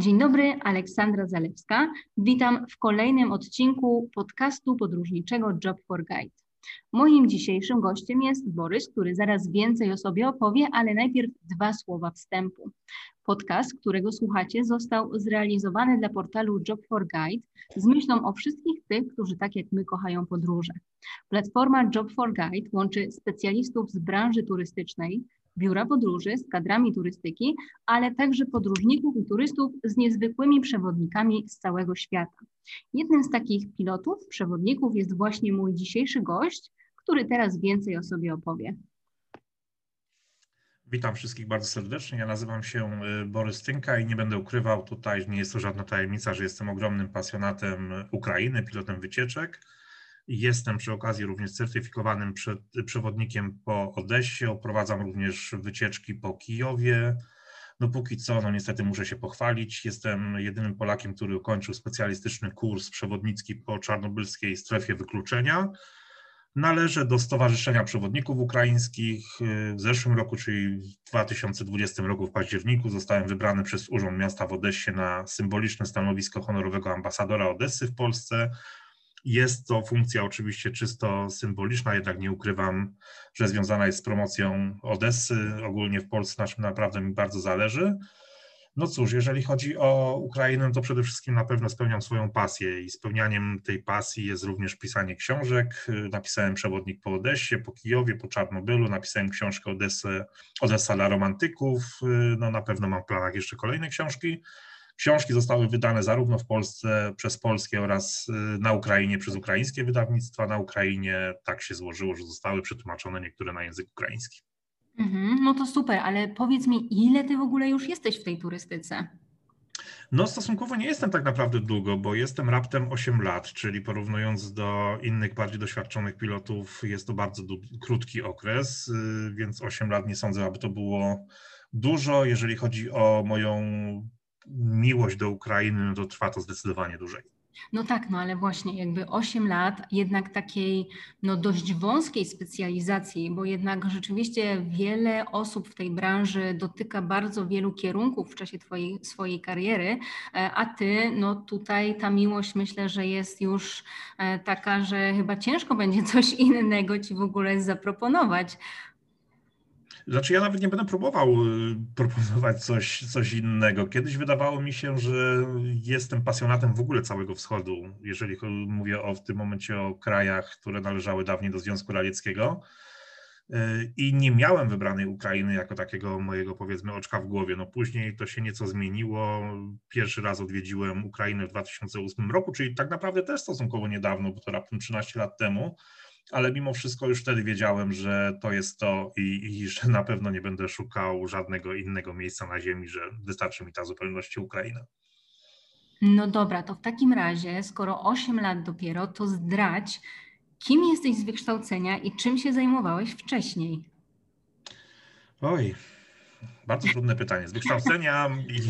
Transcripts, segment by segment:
Dzień dobry, Aleksandra Zalewska. Witam w kolejnym odcinku podcastu podróżniczego Job for Guide. Moim dzisiejszym gościem jest Borys, który zaraz więcej o sobie opowie, ale najpierw 2 słowa wstępu. Podcast, którego słuchacie, został zrealizowany dla portalu Job for Guide z myślą o wszystkich tych, którzy tak jak my kochają podróże. Platforma Job for Guide łączy specjalistów z branży turystycznej, biura podróży z kadrami turystyki, ale także podróżników i turystów z niezwykłymi przewodnikami z całego świata. Jednym z takich pilotów, przewodników jest właśnie mój dzisiejszy gość, który teraz więcej o sobie opowie. Witam wszystkich bardzo serdecznie. Ja nazywam się Borys Tynka i nie będę ukrywał tutaj, nie jest to żadna tajemnica, że jestem ogromnym pasjonatem Ukrainy, pilotem wycieczek. Jestem przy okazji również certyfikowanym przewodnikiem po Odessie, oprowadzam również wycieczki po Kijowie. No póki co, niestety muszę się pochwalić, jestem jedynym Polakiem, który ukończył specjalistyczny kurs przewodnicki po czarnobylskiej strefie wykluczenia. Należę do Stowarzyszenia Przewodników Ukraińskich. W zeszłym roku, czyli w 2020 roku w październiku, zostałem wybrany przez Urząd Miasta w Odessie na symboliczne stanowisko honorowego ambasadora Odessy w Polsce. Jest to funkcja oczywiście czysto symboliczna, jednak nie ukrywam, że związana jest z promocją Odessy. Ogólnie w Polsce na czym naprawdę mi bardzo zależy. No cóż, jeżeli chodzi o Ukrainę, to przede wszystkim na pewno spełniam swoją pasję i spełnianiem tej pasji jest również pisanie książek. Napisałem przewodnik po Odessie, po Kijowie, po Czarnobylu, napisałem książkę Odessa dla romantyków. No na pewno mam w planach jeszcze kolejne książki. Książki zostały wydane zarówno w Polsce przez polskie oraz na Ukrainie przez ukraińskie wydawnictwa. Na Ukrainie tak się złożyło, że zostały przetłumaczone niektóre na język ukraiński. No to super, ale powiedz mi, ile ty w ogóle już jesteś w tej turystyce? No stosunkowo nie jestem tak naprawdę długo, bo jestem raptem 8 lat, czyli porównując do innych bardziej doświadczonych pilotów jest to bardzo krótki okres, więc 8 lat nie sądzę, aby to było dużo. Jeżeli chodzi o moją miłość do Ukrainy, no to trwa to zdecydowanie dłużej. No tak, ale właśnie jakby 8 lat jednak takiej dość wąskiej specjalizacji, bo jednak rzeczywiście wiele osób w tej branży dotyka bardzo wielu kierunków w czasie swojej kariery, a ty tutaj ta miłość myślę, że jest już taka, że chyba ciężko będzie coś innego ci w ogóle zaproponować. Znaczy ja nawet nie będę próbował proponować coś innego. Kiedyś wydawało mi się, że jestem pasjonatem w ogóle całego wschodu, jeżeli mówię w tym momencie o krajach, które należały dawniej do Związku Radzieckiego i nie miałem wybranej Ukrainy jako takiego mojego, powiedzmy, oczka w głowie. No później to się nieco zmieniło. Pierwszy raz odwiedziłem Ukrainę w 2008 roku, czyli tak naprawdę też stosunkowo niedawno, bo to raptem 13 lat temu. Ale mimo wszystko już wtedy wiedziałem, że to jest to i że na pewno nie będę szukał żadnego innego miejsca na ziemi, że wystarczy mi ta w zupełności Ukraina. No dobra, to w takim razie, skoro 8 lat dopiero, to zdradź, kim jesteś z wykształcenia i czym się zajmowałeś wcześniej? Oj, bardzo trudne pytanie. Z wykształcenia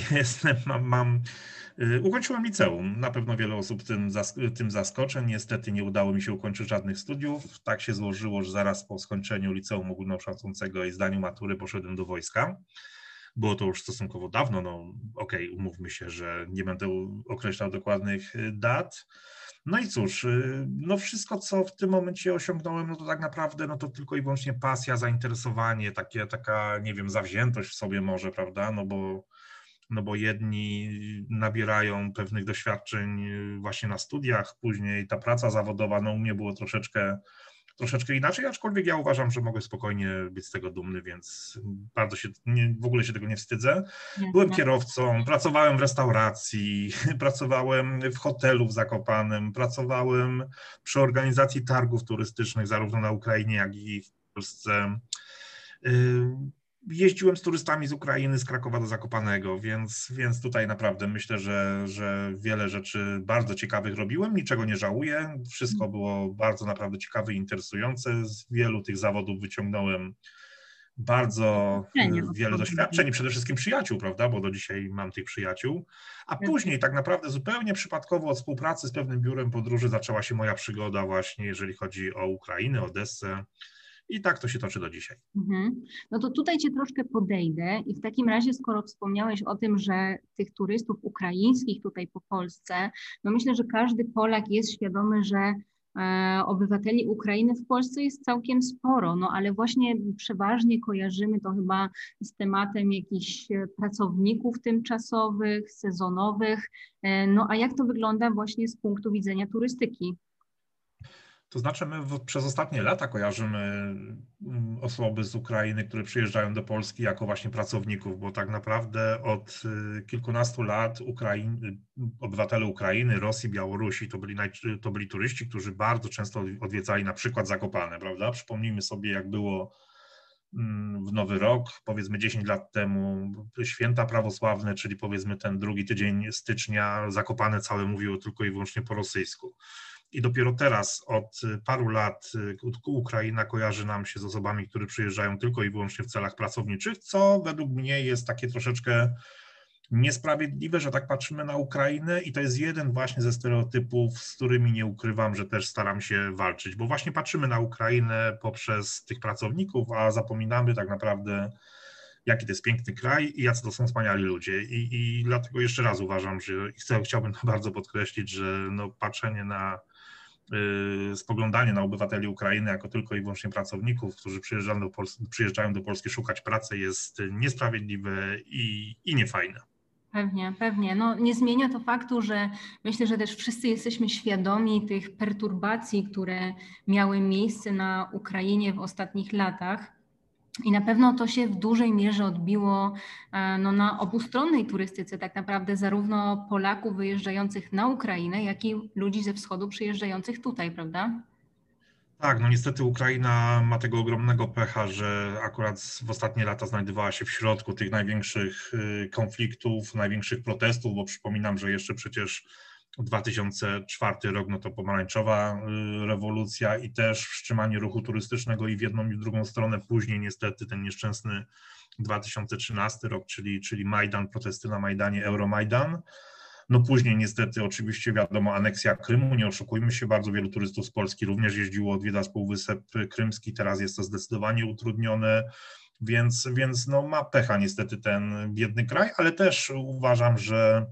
ukończyłem liceum. Na pewno wiele osób tym zaskoczę. Niestety nie udało mi się ukończyć żadnych studiów. Tak się złożyło, że zaraz po skończeniu liceum ogólnokształcącego i zdaniu matury poszedłem do wojska. Było to już stosunkowo dawno. Umówmy się, że nie będę określał dokładnych dat. No i cóż, wszystko, co w tym momencie osiągnąłem, to tak naprawdę, to tylko i wyłącznie pasja, zainteresowanie, taka, nie wiem, zawziętość w sobie może, prawda, bo jedni nabierają pewnych doświadczeń właśnie na studiach, później ta praca zawodowa, u mnie było troszeczkę inaczej, aczkolwiek ja uważam, że mogę spokojnie być z tego dumny, więc bardzo w ogóle się tego nie wstydzę. Byłem kierowcą, pracowałem w restauracji, pracowałem w hotelu w Zakopanem, pracowałem przy organizacji targów turystycznych zarówno na Ukrainie, jak i w Polsce. Jeździłem z turystami z Ukrainy, z Krakowa do Zakopanego, więc tutaj naprawdę myślę, że wiele rzeczy bardzo ciekawych robiłem, niczego nie żałuję. Wszystko było bardzo naprawdę ciekawe i interesujące. Z wielu tych zawodów wyciągnąłem bardzo wiele doświadczeń i przede wszystkim przyjaciół, prawda, bo do dzisiaj mam tych przyjaciół. A później tak naprawdę zupełnie przypadkowo od współpracy z pewnym biurem podróży zaczęła się moja przygoda właśnie, jeżeli chodzi o Ukrainę, Odessę. I tak to się toczy do dzisiaj. No to tutaj Cię troszkę podejdę i w takim razie, skoro wspomniałeś o tym, że tych turystów ukraińskich tutaj po Polsce, no myślę, że każdy Polak jest świadomy, że obywateli Ukrainy w Polsce jest całkiem sporo, no ale właśnie przeważnie kojarzymy to chyba z tematem jakichś pracowników tymczasowych, sezonowych. No a jak to wygląda właśnie z punktu widzenia turystyki? To znaczy my przez ostatnie lata kojarzymy osoby z Ukrainy, które przyjeżdżają do Polski jako właśnie pracowników, bo tak naprawdę od kilkunastu lat obywatele Ukrainy, Rosji, Białorusi to byli turyści, którzy bardzo często odwiedzali na przykład Zakopane, prawda? Przypomnijmy sobie, jak było w Nowy Rok, powiedzmy 10 lat temu, święta prawosławne, czyli powiedzmy ten drugi tydzień stycznia, Zakopane całe mówiło tylko i wyłącznie po rosyjsku. I dopiero teraz, od paru lat, Ukraina kojarzy nam się z osobami, które przyjeżdżają tylko i wyłącznie w celach pracowniczych, co według mnie jest takie troszeczkę niesprawiedliwe, że tak patrzymy na Ukrainę i to jest jeden właśnie ze stereotypów, z którymi nie ukrywam, że też staram się walczyć, bo właśnie patrzymy na Ukrainę poprzez tych pracowników, a zapominamy tak naprawdę, jaki to jest piękny kraj i jacy to są wspaniali ludzie. I dlatego jeszcze raz uważam, że chciałbym to bardzo podkreślić, że no, patrzenie na spoglądanie na obywateli Ukrainy jako tylko i wyłącznie pracowników, którzy przyjeżdżają do Polski szukać pracy, jest niesprawiedliwe i niefajne. Pewnie, pewnie. No, nie zmienia to faktu, że myślę, że też wszyscy jesteśmy świadomi tych perturbacji, które miały miejsce na Ukrainie w ostatnich latach. I na pewno to się w dużej mierze odbiło no, na obustronnej turystyce tak naprawdę zarówno Polaków wyjeżdżających na Ukrainę, jak i ludzi ze wschodu przyjeżdżających tutaj, prawda? Tak, no niestety Ukraina ma tego ogromnego pecha, że akurat w ostatnie lata znajdowała się w środku tych największych konfliktów, największych protestów, bo przypominam, że jeszcze przecież 2004 rok, no to pomarańczowa rewolucja i też wstrzymanie ruchu turystycznego i w jedną i w drugą stronę. Później niestety ten nieszczęsny 2013 rok, czyli Majdan, protesty na Majdanie, Euromajdan. No później niestety oczywiście wiadomo aneksja Krymu, nie oszukujmy się, bardzo wielu turystów z Polski również jeździło odwiedzać Półwysep Krymski, teraz jest to zdecydowanie utrudnione, więc no ma pecha niestety ten biedny kraj, ale też uważam, że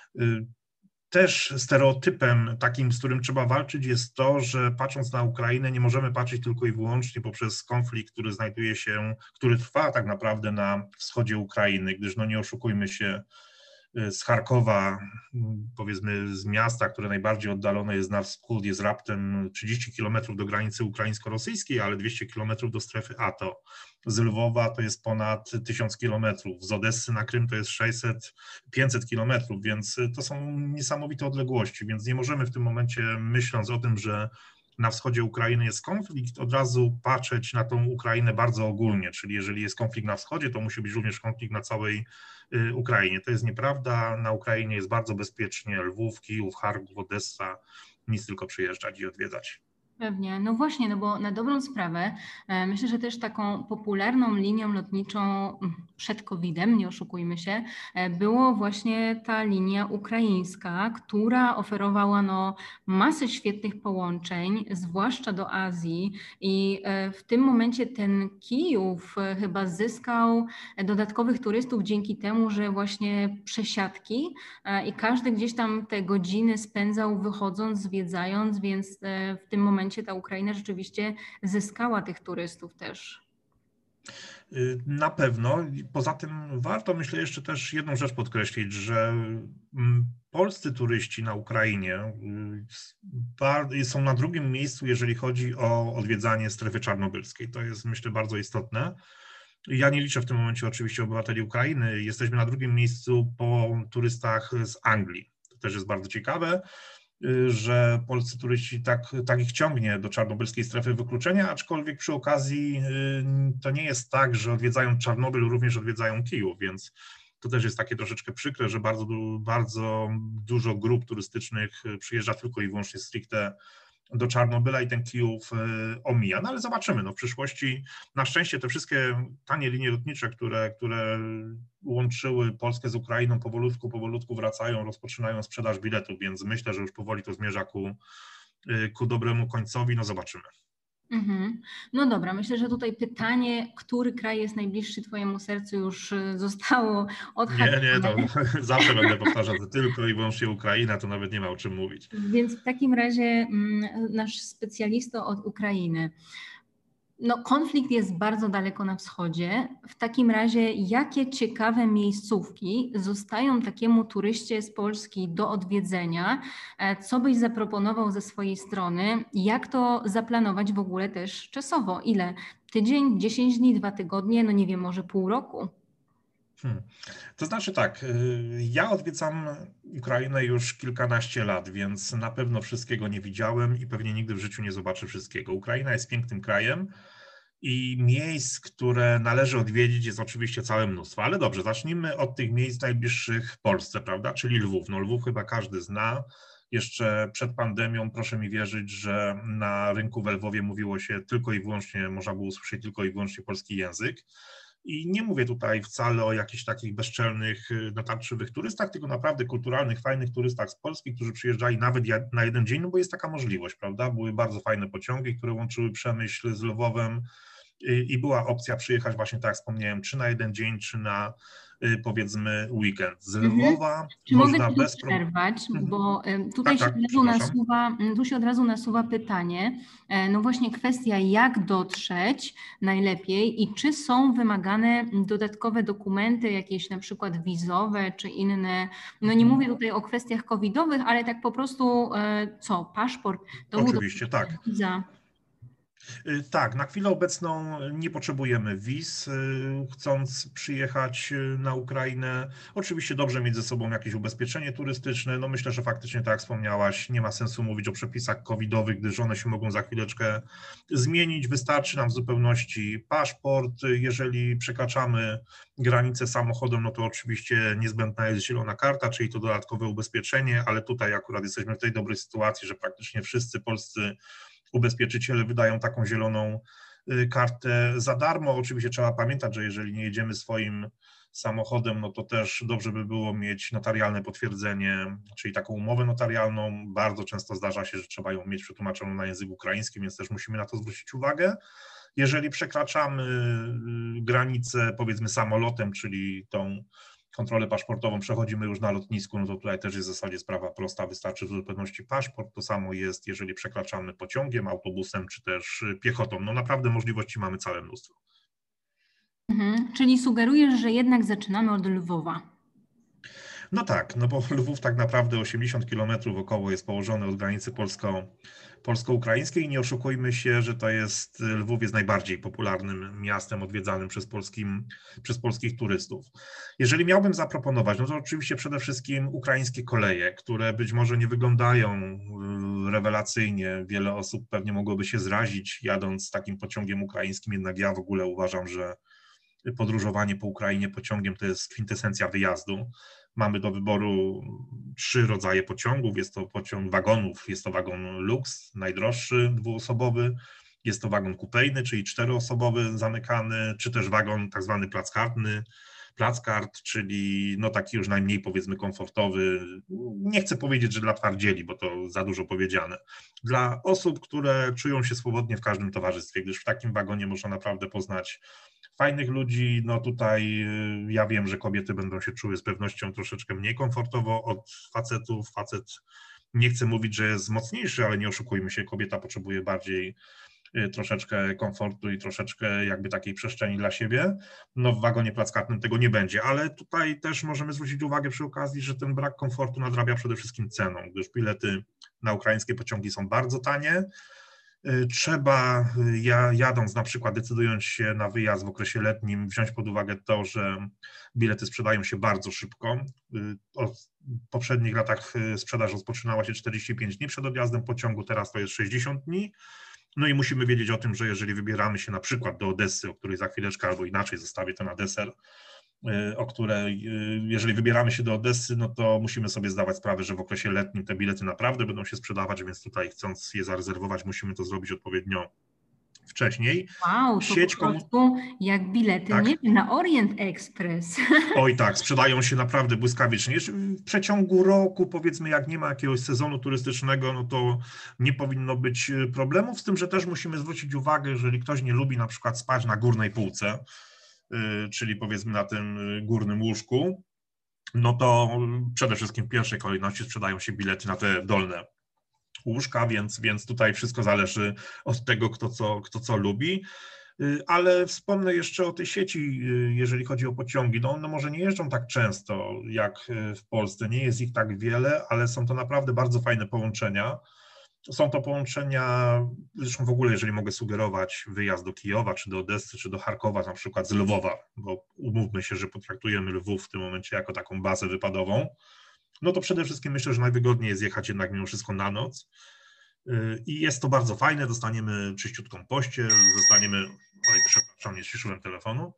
też stereotypem takim, z którym trzeba walczyć, jest to, że patrząc na Ukrainę nie możemy patrzeć tylko i wyłącznie poprzez konflikt, który trwa tak naprawdę na wschodzie Ukrainy, gdyż no nie oszukujmy się, z Charkowa, powiedzmy z miasta, które najbardziej oddalone jest na wschód, jest raptem 30 km do granicy ukraińsko-rosyjskiej, ale 200 km do strefy NATO. Z Lwowa to jest ponad 1000 km, z Odessy na Krym to jest 500 km, więc to są niesamowite odległości, więc nie możemy w tym momencie, myśląc o tym, że na wschodzie Ukrainy jest konflikt, od razu patrzeć na tą Ukrainę bardzo ogólnie, czyli jeżeli jest konflikt na wschodzie, to musi być również konflikt na całej Ukrainie. To jest nieprawda, na Ukrainie jest bardzo bezpiecznie, Lwów, Kijów, Charków, Odessa, nic tylko przyjeżdżać i odwiedzać. Pewnie, no właśnie, no bo na dobrą sprawę myślę, że też taką popularną linią lotniczą przed COVID-em, nie oszukujmy się, było właśnie ta linia ukraińska, która oferowała no, masę świetnych połączeń, zwłaszcza do Azji i w tym momencie ten Kijów chyba zyskał dodatkowych turystów dzięki temu, że właśnie przesiadki i każdy gdzieś tam te godziny spędzał wychodząc, zwiedzając, więc w tym momencie ta Ukraina rzeczywiście zyskała tych turystów też. Na pewno. Poza tym warto, myślę, jeszcze też jedną rzecz podkreślić, że polscy turyści na Ukrainie są na drugim miejscu, jeżeli chodzi o odwiedzanie strefy czarnobylskiej. To jest, myślę, bardzo istotne. Ja nie liczę w tym momencie oczywiście obywateli Ukrainy. Jesteśmy na drugim miejscu po turystach z Anglii. To też jest bardzo ciekawe, że polscy turyści tak ich ciągnie do czarnobylskiej strefy wykluczenia, aczkolwiek przy okazji to nie jest tak, że odwiedzają Czarnobyl, również odwiedzają Kijów, więc to też jest takie troszeczkę przykre, że bardzo dużo grup turystycznych przyjeżdża tylko i wyłącznie stricte do Czarnobyla i ten Kijów omija. No ale zobaczymy, no w przyszłości na szczęście te wszystkie tanie linie lotnicze, które łączyły Polskę z Ukrainą, powolutku wracają, rozpoczynają sprzedaż biletów, więc myślę, że już powoli to zmierza ku dobremu końcowi, no zobaczymy. No dobra, myślę, że tutaj pytanie, który kraj jest najbliższy Twojemu sercu, już zostało Nie, odhaczone. to zawsze będę powtarzał, że tylko i wyłącznie Ukraina, to nawet nie ma o czym mówić. Więc w takim razie nasz specjalista od Ukrainy. No, konflikt jest bardzo daleko na wschodzie. W takim razie, jakie ciekawe miejscówki zostają takiemu turyście z Polski do odwiedzenia? Co byś zaproponował ze swojej strony? Jak to zaplanować w ogóle też czasowo? Ile? Tydzień, 10 dni, 2 tygodnie? No nie wiem, może pół roku? To znaczy tak, ja odwiedzam Ukrainę już kilkanaście lat, więc na pewno wszystkiego nie widziałem i pewnie nigdy w życiu nie zobaczę wszystkiego. Ukraina jest pięknym krajem i miejsc, które należy odwiedzić, jest oczywiście całe mnóstwo. Ale dobrze, zacznijmy od tych miejsc najbliższych Polsce, prawda? Czyli Lwów. No Lwów chyba każdy zna. Jeszcze przed pandemią, proszę mi wierzyć, że na rynku w Lwowie mówiło się tylko i wyłącznie, można było usłyszeć tylko i wyłącznie polski język. I nie mówię tutaj wcale o jakichś takich bezczelnych, natarczywych turystach, tylko naprawdę kulturalnych, fajnych turystach z Polski, którzy przyjeżdżali nawet na jeden dzień, no bo jest taka możliwość, prawda? Były bardzo fajne pociągi, które łączyły Przemyśl z Lwowem i była opcja przyjechać właśnie, tak jak wspomniałem, czy na jeden dzień, czy na powiedzmy weekend. Z Lwowa Czy mogę można Ci tu bez problemu. przerwać, bo tutaj Tak, się tak, od razu przepraszam. tu się od razu nasuwa pytanie, no właśnie kwestia, jak dotrzeć najlepiej i czy są wymagane dodatkowe dokumenty, jakieś na przykład wizowe czy inne, no nie mówię tutaj o kwestiach covidowych, ale tak po prostu paszport, dowód Oczywiście, tak. wiza. Tak, na chwilę obecną nie potrzebujemy wiz, chcąc przyjechać na Ukrainę. Oczywiście dobrze mieć ze sobą jakieś ubezpieczenie turystyczne. No myślę, że faktycznie, tak jak wspomniałaś, nie ma sensu mówić o przepisach covidowych, gdyż one się mogą za chwileczkę zmienić. Wystarczy nam w zupełności paszport. Jeżeli przekraczamy granicę samochodem, no to oczywiście niezbędna jest zielona karta, czyli to dodatkowe ubezpieczenie, ale tutaj akurat jesteśmy w tej dobrej sytuacji, że praktycznie wszyscy polscy ubezpieczyciele wydają taką zieloną kartę za darmo. Oczywiście trzeba pamiętać, że jeżeli nie jedziemy swoim samochodem, no to też dobrze by było mieć notarialne potwierdzenie, czyli taką umowę notarialną. Bardzo często zdarza się, że trzeba ją mieć przetłumaczoną na język ukraiński, więc też musimy na to zwrócić uwagę. Jeżeli przekraczamy granicę, powiedzmy samolotem, czyli tą kontrolę paszportową przechodzimy już na lotnisku, no to tutaj też jest w zasadzie sprawa prosta, wystarczy w zupełności paszport. To samo jest, jeżeli przekraczamy pociągiem, autobusem czy też piechotą. No naprawdę możliwości mamy całe mnóstwo. Czyli sugerujesz, że jednak zaczynamy od Lwowa. No tak, no bo Lwów tak naprawdę 80 km około jest położony od granicy polsko-ukraińskiej i nie oszukujmy się, że to jest, Lwów jest najbardziej popularnym miastem odwiedzanym przez polskich turystów. Jeżeli miałbym zaproponować, no to oczywiście przede wszystkim ukraińskie koleje, które być może nie wyglądają rewelacyjnie. Wiele osób pewnie mogłoby się zrazić jadąc takim pociągiem ukraińskim, jednak ja w ogóle uważam, że podróżowanie po Ukrainie pociągiem to jest kwintesencja wyjazdu. Mamy do wyboru 3 rodzaje pociągów. Jest to pociąg wagonów, jest to wagon Lux, najdroższy, dwuosobowy. Jest to wagon kupejny, czyli 4-osobowy, zamykany, czy też wagon tak zwany plackart, czyli no taki już najmniej powiedzmy komfortowy. Nie chcę powiedzieć, że dla twardzieli, bo to za dużo powiedziane. Dla osób, które czują się swobodnie w każdym towarzystwie, gdyż w takim wagonie można naprawdę poznać fajnych ludzi. No tutaj ja wiem, że kobiety będą się czuły z pewnością troszeczkę mniej komfortowo od facetów. Facet, nie chcę mówić, że jest mocniejszy, ale nie oszukujmy się, kobieta potrzebuje bardziej troszeczkę komfortu i troszeczkę jakby takiej przestrzeni dla siebie. No w wagonie plackartnym tego nie będzie, ale tutaj też możemy zwrócić uwagę przy okazji, że ten brak komfortu nadrabia przede wszystkim ceną, gdyż bilety na ukraińskie pociągi są bardzo tanie. Trzeba, jadąc na przykład, decydując się na wyjazd w okresie letnim, wziąć pod uwagę to, że bilety sprzedają się bardzo szybko. W poprzednich latach sprzedaż rozpoczynała się 45 dni przed odjazdem pociągu, teraz to jest 60 dni. No i musimy wiedzieć o tym, że jeżeli wybieramy się na przykład do Odessy, o której za chwileczkę albo inaczej zostawię to na deser, jeżeli wybieramy się do Odessy, no to musimy sobie zdawać sprawę, że w okresie letnim te bilety naprawdę będą się sprzedawać, więc tutaj chcąc je zarezerwować, musimy to zrobić odpowiednio wcześniej. Wow, to Sieć po prostu jak bilety, tak? nie wiem, na Orient Express. Oj tak, sprzedają się naprawdę błyskawicznie. W przeciągu roku, powiedzmy, jak nie ma jakiegoś sezonu turystycznego, no to nie powinno być problemów, z tym, że też musimy zwrócić uwagę, jeżeli ktoś nie lubi na przykład spać na górnej półce, czyli powiedzmy na tym górnym łóżku, no to przede wszystkim w pierwszej kolejności sprzedają się bilety na te dolne łóżka, więc tutaj wszystko zależy od tego, kto co lubi. Ale wspomnę jeszcze o tej sieci, jeżeli chodzi o pociągi. No one może nie jeżdżą tak często jak w Polsce, nie jest ich tak wiele, ale są to naprawdę bardzo fajne połączenia. Są to połączenia, zresztą w ogóle, jeżeli mogę sugerować wyjazd do Kijowa, czy do Odessy, czy do Charkowa, na przykład z Lwowa, bo umówmy się, że potraktujemy Lwów w tym momencie jako taką bazę wypadową, no to przede wszystkim myślę, że najwygodniej jest jechać jednak mimo wszystko na noc. I jest to bardzo fajne, dostaniemy czyściutką pościel, oj przepraszam, nie ściszyłem telefonu,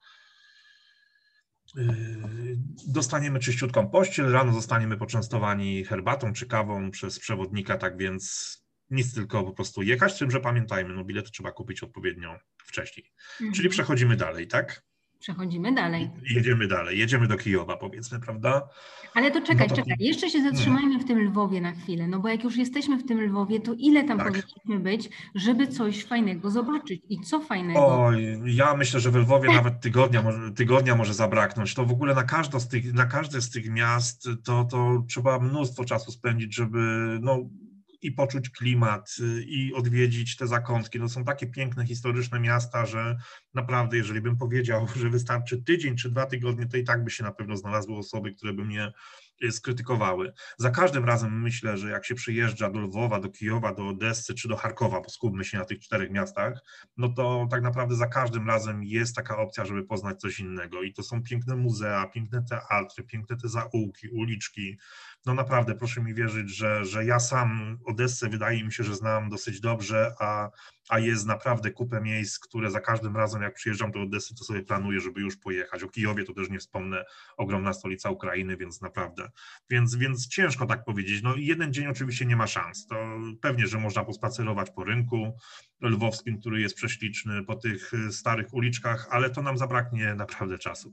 dostaniemy czyściutką pościel, rano zostaniemy poczęstowani herbatą czy kawą przez przewodnika, tak więc nic, tylko po prostu jechać, z tym, że pamiętajmy, no bilety trzeba kupić odpowiednio wcześniej. Czyli przechodzimy dalej, tak? Przechodzimy dalej. Jedziemy dalej, jedziemy do Kijowa, powiedzmy, prawda? Ale to czekaj, No to... jeszcze się zatrzymajmy w tym Lwowie na chwilę, no bo jak już jesteśmy w tym Lwowie, to ile tam powinniśmy być, żeby coś fajnego zobaczyć i co fajnego? Oj, ja myślę, że we Lwowie nawet tygodnia może zabraknąć. To w ogóle na każde z tych miast to trzeba mnóstwo czasu spędzić, żeby no, i poczuć klimat, i odwiedzić te zakątki. No, są takie piękne, historyczne miasta, że naprawdę, jeżeli bym powiedział, że wystarczy tydzień czy 2 tygodnie, to i tak by się na pewno znalazły osoby, które by mnie skrytykowały. Za każdym razem myślę, że jak się przyjeżdża do Lwowa, do Kijowa, do Odessy czy do Charkowa, bo skupmy się na tych 4 miastach, no to tak naprawdę za każdym razem jest taka opcja, żeby poznać coś innego. I to są piękne muzea, piękne teatry, piękne te zaułki, uliczki. No naprawdę, proszę mi wierzyć, że ja sam Odessę wydaje mi się, że znam dosyć dobrze, a jest naprawdę kupę miejsc, które za każdym razem jak przyjeżdżam do Odessy, to sobie planuję, żeby już pojechać. O Kijowie to też nie wspomnę, ogromna stolica Ukrainy, więc naprawdę. Więc ciężko tak powiedzieć. No jeden dzień oczywiście nie ma szans. To pewnie, że można pospacerować po rynku lwowskim, który jest prześliczny, po tych starych uliczkach, ale to nam zabraknie naprawdę czasu.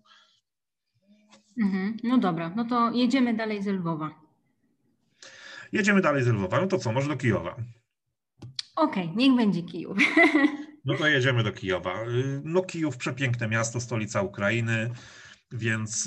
No dobra, no to jedziemy dalej z Lwowa. Jedziemy dalej z Lwowa. No to co, może do Kijowa? Okej, niech będzie Kijów. No to jedziemy do Kijowa. No Kijów, przepiękne miasto, stolica Ukrainy, więc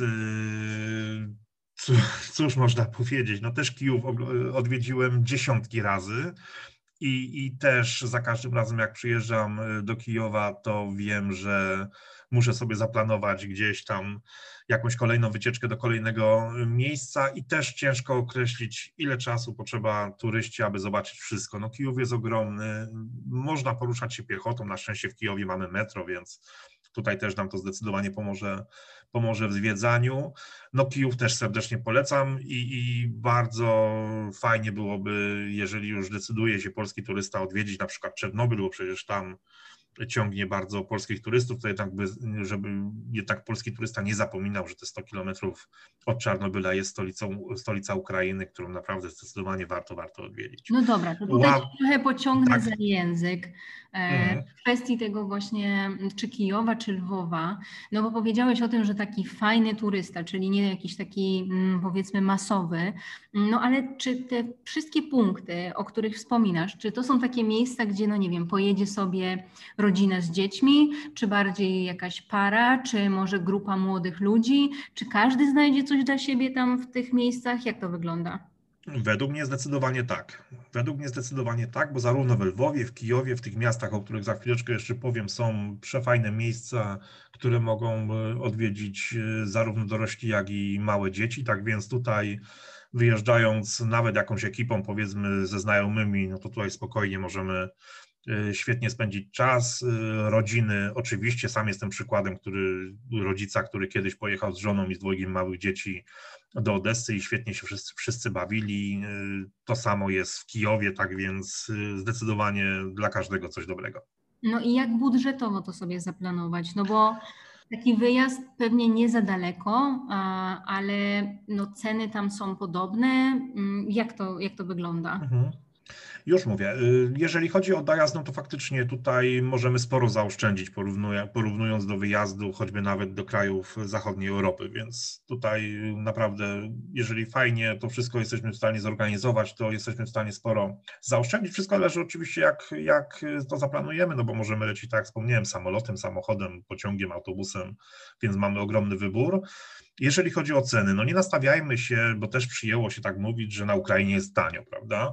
cóż można powiedzieć, no też Kijów odwiedziłem dziesiątki razy i też za każdym razem jak przyjeżdżam do Kijowa, to wiem, że muszę sobie zaplanować gdzieś tam jakąś kolejną wycieczkę do kolejnego miejsca i też ciężko określić, ile czasu potrzeba turyści, aby zobaczyć wszystko. No Kijów jest ogromny, można poruszać się piechotą, na szczęście w Kijowie mamy metro, więc tutaj też nam to zdecydowanie pomoże w zwiedzaniu. No Kijów też serdecznie polecam i bardzo fajnie byłoby, jeżeli już decyduje się polski turysta odwiedzić na przykład Czernobyl, bo przecież tam ciągnie bardzo polskich turystów, to jednak żeby jednak polski turysta nie zapominał, że te 100 kilometrów od Czarnobyla jest stolica Ukrainy, którą naprawdę zdecydowanie warto odwiedzić. No dobra, to tutaj trochę pociągnę za język w kwestii tego właśnie czy Kijowa, czy Lwowa, no bo powiedziałeś o tym, że taki fajny turysta, czyli nie jakiś taki powiedzmy masowy, no ale czy te wszystkie punkty, o których wspominasz, czy to są takie miejsca, gdzie no nie wiem, pojedzie sobie rodzina z dziećmi, czy bardziej jakaś para, czy może grupa młodych ludzi, czy każdy znajdzie coś dla siebie tam w tych miejscach? Jak to wygląda? Według mnie zdecydowanie tak. Bo zarówno w Lwowie, w Kijowie, w tych miastach, o których za chwileczkę jeszcze powiem, są przefajne miejsca, które mogą odwiedzić zarówno dorośli, jak i małe dzieci. Tak więc tutaj wyjeżdżając nawet jakąś ekipą, powiedzmy ze znajomymi, no to tutaj spokojnie możemy świetnie spędzić czas. Rodziny, oczywiście sam jestem przykładem rodzica, który kiedyś pojechał z żoną i z 2 małych dzieci do Odessy i świetnie się wszyscy bawili. To samo jest w Kijowie, tak więc zdecydowanie dla każdego coś dobrego. No i jak budżetowo to sobie zaplanować? No bo taki wyjazd pewnie nie za daleko, ale no ceny tam są podobne. Jak to wygląda? Już mówię, jeżeli chodzi o dojazd, no to faktycznie tutaj możemy sporo zaoszczędzić, porównując do wyjazdu choćby nawet do krajów zachodniej Europy, więc tutaj naprawdę, jeżeli fajnie to wszystko jesteśmy w stanie zorganizować, to jesteśmy w stanie sporo zaoszczędzić. Wszystko zależy oczywiście jak to zaplanujemy, no bo możemy lecieć, tak jak wspomniałem, samolotem, samochodem, pociągiem, autobusem, więc mamy ogromny wybór. Jeżeli chodzi o ceny, no nie nastawiajmy się, bo też przyjęło się tak mówić, że na Ukrainie jest tanio, prawda?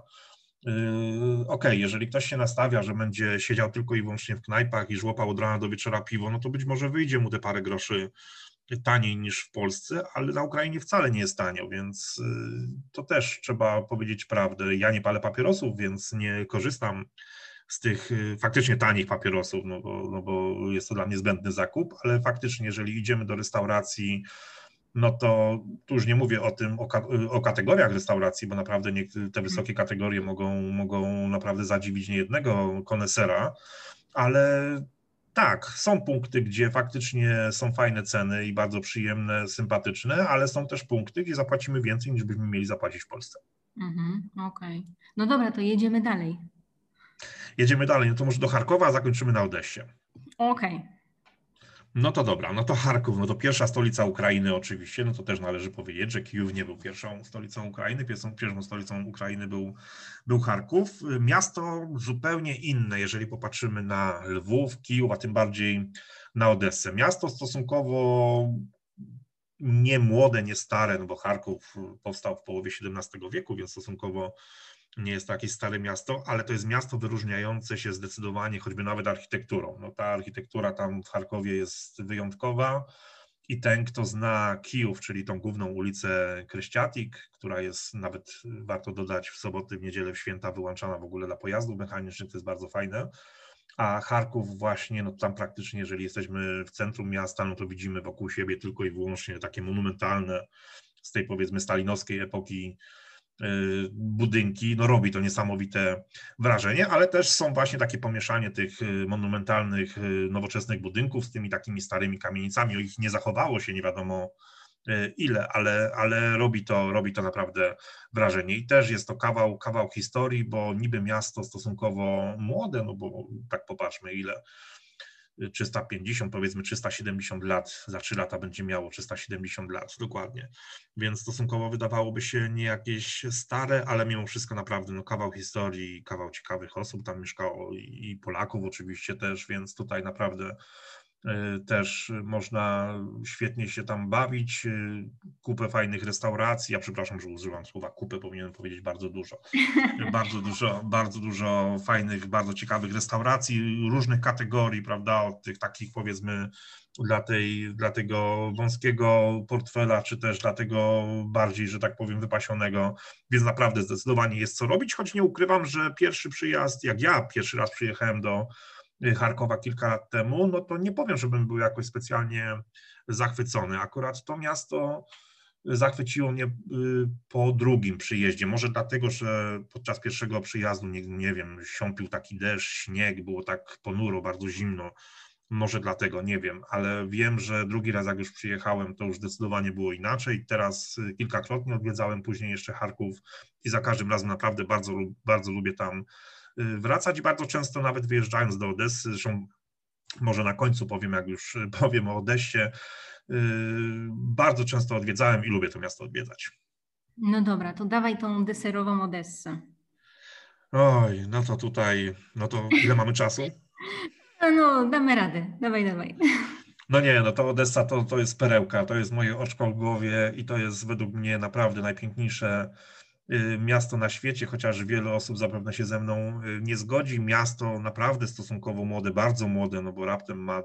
Okej, jeżeli ktoś się nastawia, że będzie siedział tylko i wyłącznie w knajpach i żłopał od rana do wieczora piwo, no to być może wyjdzie mu te parę groszy taniej niż w Polsce, ale na Ukrainie wcale nie jest tanio, więc to też trzeba powiedzieć prawdę. Ja nie palę papierosów, więc nie korzystam z tych faktycznie tanich papierosów, no bo jest to dla mnie zbędny zakup, ale faktycznie jeżeli idziemy do restauracji, no to tu już nie mówię o kategoriach restauracji, bo naprawdę te wysokie kategorie mogą naprawdę zadziwić niejednego konesera, ale tak, są punkty, gdzie faktycznie są fajne ceny i bardzo przyjemne, sympatyczne, ale są też punkty, gdzie zapłacimy więcej, niż byśmy mieli zapłacić w Polsce. Okej. No dobra, to jedziemy dalej. Jedziemy dalej, no to może do Charkowa, a zakończymy na Odessie. Okej. No to dobra, no to Charków, no to pierwsza stolica Ukrainy oczywiście, no to też należy powiedzieć, że Kijów nie był pierwszą stolicą Ukrainy, pierwszą stolicą Ukrainy był Charków. Miasto zupełnie inne, jeżeli popatrzymy na Lwów, Kijów, a tym bardziej na Odessę. Miasto stosunkowo nie młode, nie stare, no bo Charków powstał w połowie XVII wieku, więc stosunkowo nie jest to jakieś stare miasto, ale to jest miasto wyróżniające się zdecydowanie choćby nawet architekturą. No, ta architektura tam w Charkowie jest wyjątkowa i ten, kto zna Kijów, czyli tą główną ulicę Kryściatik, która jest nawet, warto dodać, w soboty, w niedzielę, w święta wyłączana w ogóle dla pojazdów mechanicznych, to jest bardzo fajne. A Charków właśnie, no tam praktycznie, jeżeli jesteśmy w centrum miasta, no to widzimy wokół siebie tylko i wyłącznie takie monumentalne, z tej powiedzmy stalinowskiej epoki budynki, no robi to niesamowite wrażenie, ale też są właśnie takie pomieszanie tych monumentalnych, nowoczesnych budynków z tymi takimi starymi kamienicami. O ich nie zachowało się nie wiadomo ile, ale robi to naprawdę wrażenie. I też jest to kawał historii, bo niby miasto stosunkowo młode, no bo tak popatrzmy ile, 350, powiedzmy 370 lat, za 3 lata będzie miało 370 lat, dokładnie. Więc stosunkowo wydawałoby się nie jakieś stare, ale mimo wszystko naprawdę no, kawał historii, kawał ciekawych osób tam mieszkało i Polaków oczywiście też, więc tutaj naprawdę też można świetnie się tam bawić, kupę fajnych restauracji, ja przepraszam, że używam słowa kupę, powinienem powiedzieć bardzo dużo fajnych, bardzo ciekawych restauracji różnych kategorii, prawda, od tych takich powiedzmy dla tego wąskiego portfela, czy też dla tego bardziej, że tak powiem, wypasionego, więc naprawdę zdecydowanie jest co robić, choć nie ukrywam, że pierwszy przyjazd, jak ja pierwszy raz przyjechałem do Charkowa kilka lat temu, no to nie powiem, żebym był jakoś specjalnie zachwycony. Akurat to miasto zachwyciło mnie po drugim przyjeździe. Może dlatego, że podczas pierwszego przyjazdu, nie wiem, siąpił taki deszcz, śnieg, było tak ponuro, bardzo zimno. Może dlatego, nie wiem, ale wiem, że drugi raz jak już przyjechałem, to już zdecydowanie było inaczej. Teraz kilkakrotnie odwiedzałem później jeszcze Charków i za każdym razem naprawdę bardzo lubię tam wracać i bardzo często nawet wyjeżdżając do Odessy, zresztą może na końcu powiem, jak już powiem o Odessie, bardzo często odwiedzałem i lubię to miasto odwiedzać. No dobra, to dawaj tą deserową Odessę. Oj, no to tutaj, no to ile mamy czasu? No, damy radę. Dawaj. No nie, no to Odessa to jest perełka, to jest moje oczko w głowie i to jest według mnie naprawdę najpiękniejsze miasto na świecie, chociaż wiele osób zapewne się ze mną nie zgodzi. Miasto naprawdę stosunkowo młode, bardzo młode, no bo raptem ma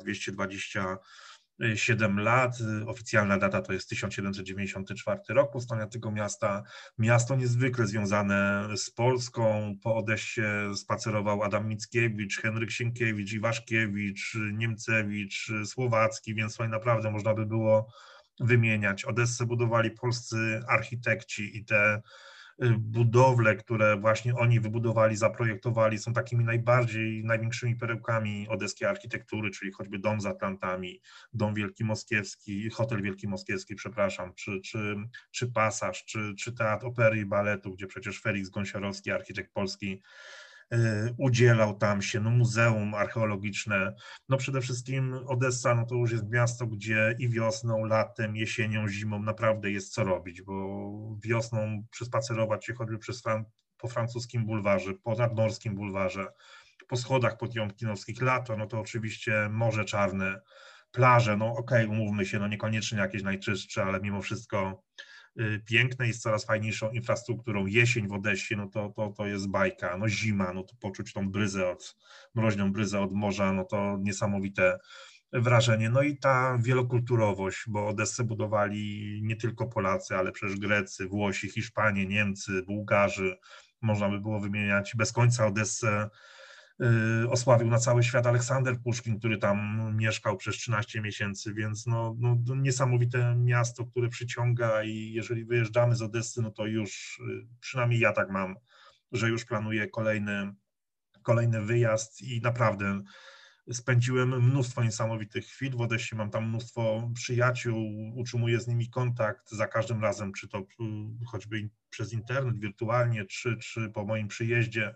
227 lat. Oficjalna data to jest 1794 rok powstania tego miasta. Miasto niezwykle związane z Polską. Po Odessie spacerował Adam Mickiewicz, Henryk Sienkiewicz, Iwaszkiewicz, Niemcewicz, Słowacki, więc tutaj naprawdę można by było wymieniać. Odessę budowali polscy architekci i te budowle, które właśnie oni wybudowali, zaprojektowali, są takimi największymi perełkami odeskiej architektury, czyli choćby Dom z Atlantami, Dom Wielki Moskiewski, Hotel Wielki Moskiewski, przepraszam, czy Pasaż, czy Teatr Opery i Baletu, gdzie przecież Felix Gąsiorowski, architekt polski, udzielał tam się, no muzeum archeologiczne, no przede wszystkim Odessa, no to już jest miasto, gdzie i wiosną, latem, jesienią, zimą naprawdę jest co robić, bo wiosną przespacerować się choćby po francuskim bulwarze, po nadmorskim bulwarze, po schodach potiomkinowskich, lato, no to oczywiście Morze Czarne, plaże, no okej, umówmy się, no niekoniecznie jakieś najczystsze, ale mimo wszystko piękne i z coraz fajniejszą infrastrukturą. Jesień w Odessie, no to jest bajka, no zima, no to poczuć tą mroźną bryzę od morza, no to niesamowite wrażenie. No i ta wielokulturowość, bo Odessę budowali nie tylko Polacy, ale przecież Grecy, Włosi, Hiszpanie, Niemcy, Bułgarzy. Można by było wymieniać bez końca. Odessę osławił na cały świat Aleksander Puszkin, który tam mieszkał przez 13 miesięcy, więc no niesamowite miasto, które przyciąga i jeżeli wyjeżdżamy z Odessy, no to już, przynajmniej ja tak mam, że już planuję kolejny wyjazd i naprawdę spędziłem mnóstwo niesamowitych chwil. W Odessie mam tam mnóstwo przyjaciół, utrzymuję z nimi kontakt za każdym razem, czy to choćby przez internet, wirtualnie, czy po moim przyjeździe.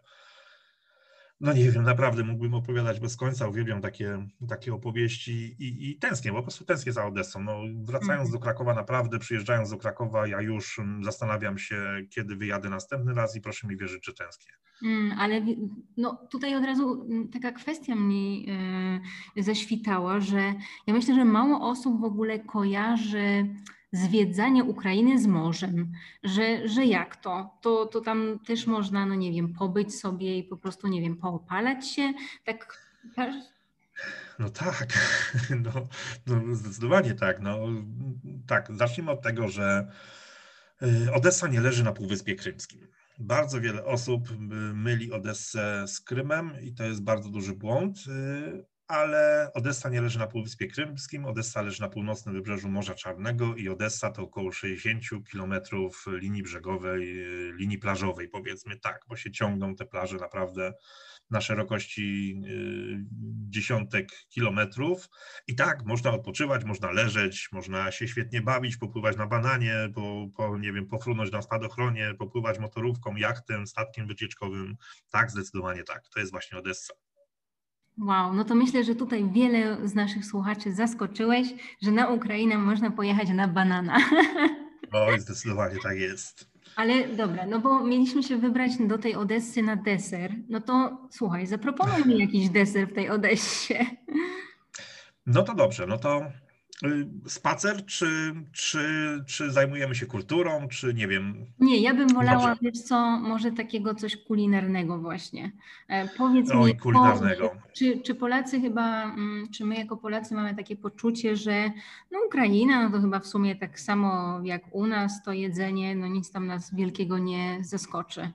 No nie wiem, naprawdę mógłbym opowiadać bez końca, uwielbiam takie opowieści i tęsknię, po prostu tęsknię za Odessą. No, wracając do Krakowa, naprawdę przyjeżdżając do Krakowa, ja już zastanawiam się, kiedy wyjadę następny raz i proszę mi wierzyć, że tęsknię. Ale no, tutaj od razu taka kwestia mi zaświtała, że ja myślę, że mało osób w ogóle kojarzy zwiedzanie Ukrainy z morzem, że jak to? To tam też można, no nie wiem, pobyć sobie i po prostu, nie wiem, poopalać się, tak... No tak, no zdecydowanie tak. No, tak, zacznijmy od tego, że Odessa nie leży na Półwyspie Krymskim. Bardzo wiele osób myli Odessę z Krymem i to jest bardzo duży błąd, ale Odessa nie leży na Półwyspie Krymskim, Odessa leży na północnym wybrzeżu Morza Czarnego i Odessa to około 60 kilometrów linii brzegowej, linii plażowej, powiedzmy tak, bo się ciągną te plaże naprawdę na szerokości dziesiątek kilometrów i tak, można odpoczywać, można leżeć, można się świetnie bawić, popływać na bananie, nie wiem, pofrunąć na spadochronie, popływać motorówką, jachtem, statkiem wycieczkowym. Tak, zdecydowanie tak, to jest właśnie Odessa. Wow, no to myślę, że tutaj wiele z naszych słuchaczy zaskoczyłeś, że na Ukrainę można pojechać na banana. Oj, zdecydowanie tak jest. Ale dobra, no bo mieliśmy się wybrać do tej Odessy na deser. No to słuchaj, zaproponuj mi jakiś deser w tej Odessie. No to dobrze, no to spacer, czy zajmujemy się kulturą, czy nie wiem. Nie, ja bym wolała, Dobrze. wiesz co, może takiego coś kulinarnego właśnie. Powiedz Oj, mi, kulinarnego. czy Polacy chyba, czy my jako Polacy mamy takie poczucie, że no Ukraina, no to chyba w sumie tak samo jak u nas to jedzenie, no nic tam nas wielkiego nie zaskoczy.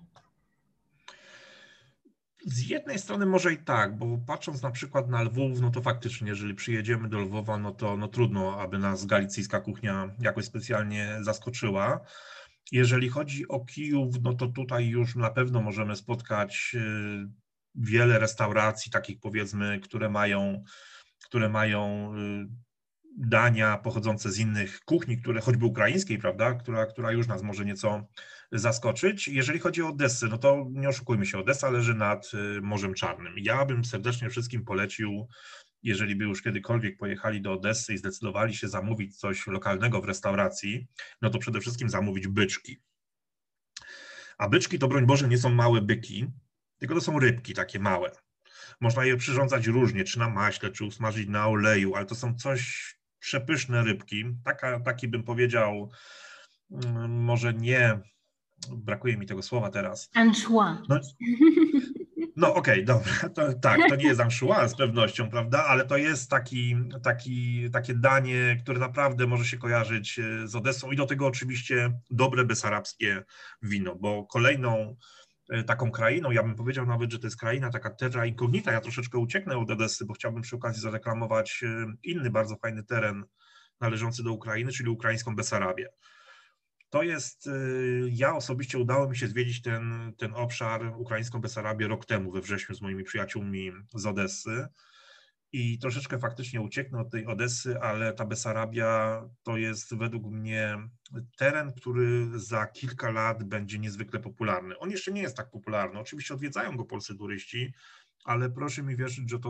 Z jednej strony może i tak, bo patrząc na przykład na Lwów, no to faktycznie, jeżeli przyjedziemy do Lwowa, no to no trudno, aby nas galicyjska kuchnia jakoś specjalnie zaskoczyła. Jeżeli chodzi o Kijów, no to tutaj już na pewno możemy spotkać wiele restauracji, takich powiedzmy, które mają dania pochodzące z innych kuchni, które choćby ukraińskiej, prawda, która już nas może nieco zaskoczyć. Jeżeli chodzi o Odessę, no to nie oszukujmy się, Odessa leży nad Morzem Czarnym. Ja bym serdecznie wszystkim polecił, jeżeli by już kiedykolwiek pojechali do Odessy i zdecydowali się zamówić coś lokalnego w restauracji, no to przede wszystkim zamówić byczki. A byczki to, broń Boże, nie są małe byki, tylko to są rybki takie małe. Można je przyrządzać różnie, czy na maśle, czy usmażyć na oleju, ale to są coś przepyszne rybki. Taki bym powiedział, może nie, brakuje mi tego słowa teraz. Anchois. No okej, dobra, to nie jest anchois z pewnością, prawda, ale to jest takie danie, które naprawdę może się kojarzyć z Odessą i do tego oczywiście dobre besarabskie wino, bo kolejną taką krainą, ja bym powiedział nawet, że to jest kraina taka terra incognita, ja troszeczkę ucieknę od Odessy, bo chciałbym przy okazji zareklamować inny bardzo fajny teren należący do Ukrainy, czyli ukraińską Besarabię. To jest, ja osobiście udało mi się zwiedzić ten obszar, ukraińską Besarabię rok temu we wrześniu z moimi przyjaciółmi z Odessy i troszeczkę faktycznie ucieknę od tej Odessy, ale ta Besarabia to jest według mnie teren, który za kilka lat będzie niezwykle popularny. On jeszcze nie jest tak popularny, oczywiście odwiedzają go polscy turyści, ale proszę mi wierzyć, że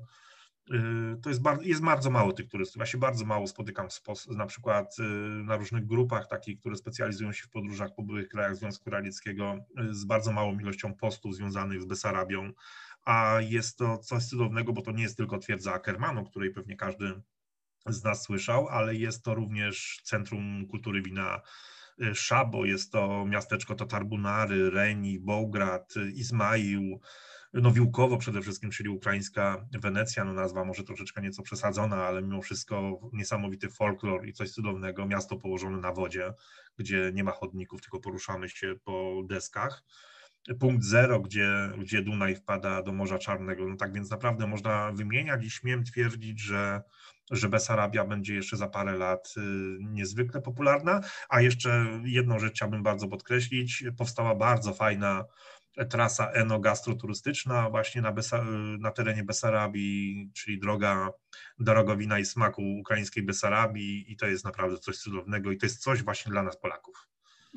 jest bardzo mało tych turystów. Ja się bardzo mało spotykam na przykład na różnych grupach takich, które specjalizują się w podróżach po byłych krajach Związku Radzieckiego z bardzo małą ilością postów związanych z Besarabią, a jest to coś cudownego, bo to nie jest tylko twierdza Akerman, o której pewnie każdy z nas słyszał, ale jest to również Centrum Kultury Wina Szabo, jest to miasteczko Tatarbunary, Reni, Bełgrad, Izmail, no Wiłkowo przede wszystkim, czyli ukraińska Wenecja, no nazwa może troszeczkę nieco przesadzona, ale mimo wszystko niesamowity folklor i coś cudownego, miasto położone na wodzie, gdzie nie ma chodników, tylko poruszamy się po deskach. Punkt zero, gdzie Dunaj wpada do Morza Czarnego, no tak więc naprawdę można wymieniać i śmiem twierdzić, że Besarabia będzie jeszcze za parę lat niezwykle popularna, a jeszcze jedną rzecz chciałbym bardzo podkreślić, powstała bardzo fajna trasa enogastroturystyczna właśnie na terenie Besarabii, czyli droga wina i smaku ukraińskiej Besarabii i to jest naprawdę coś cudownego i to jest coś właśnie dla nas Polaków.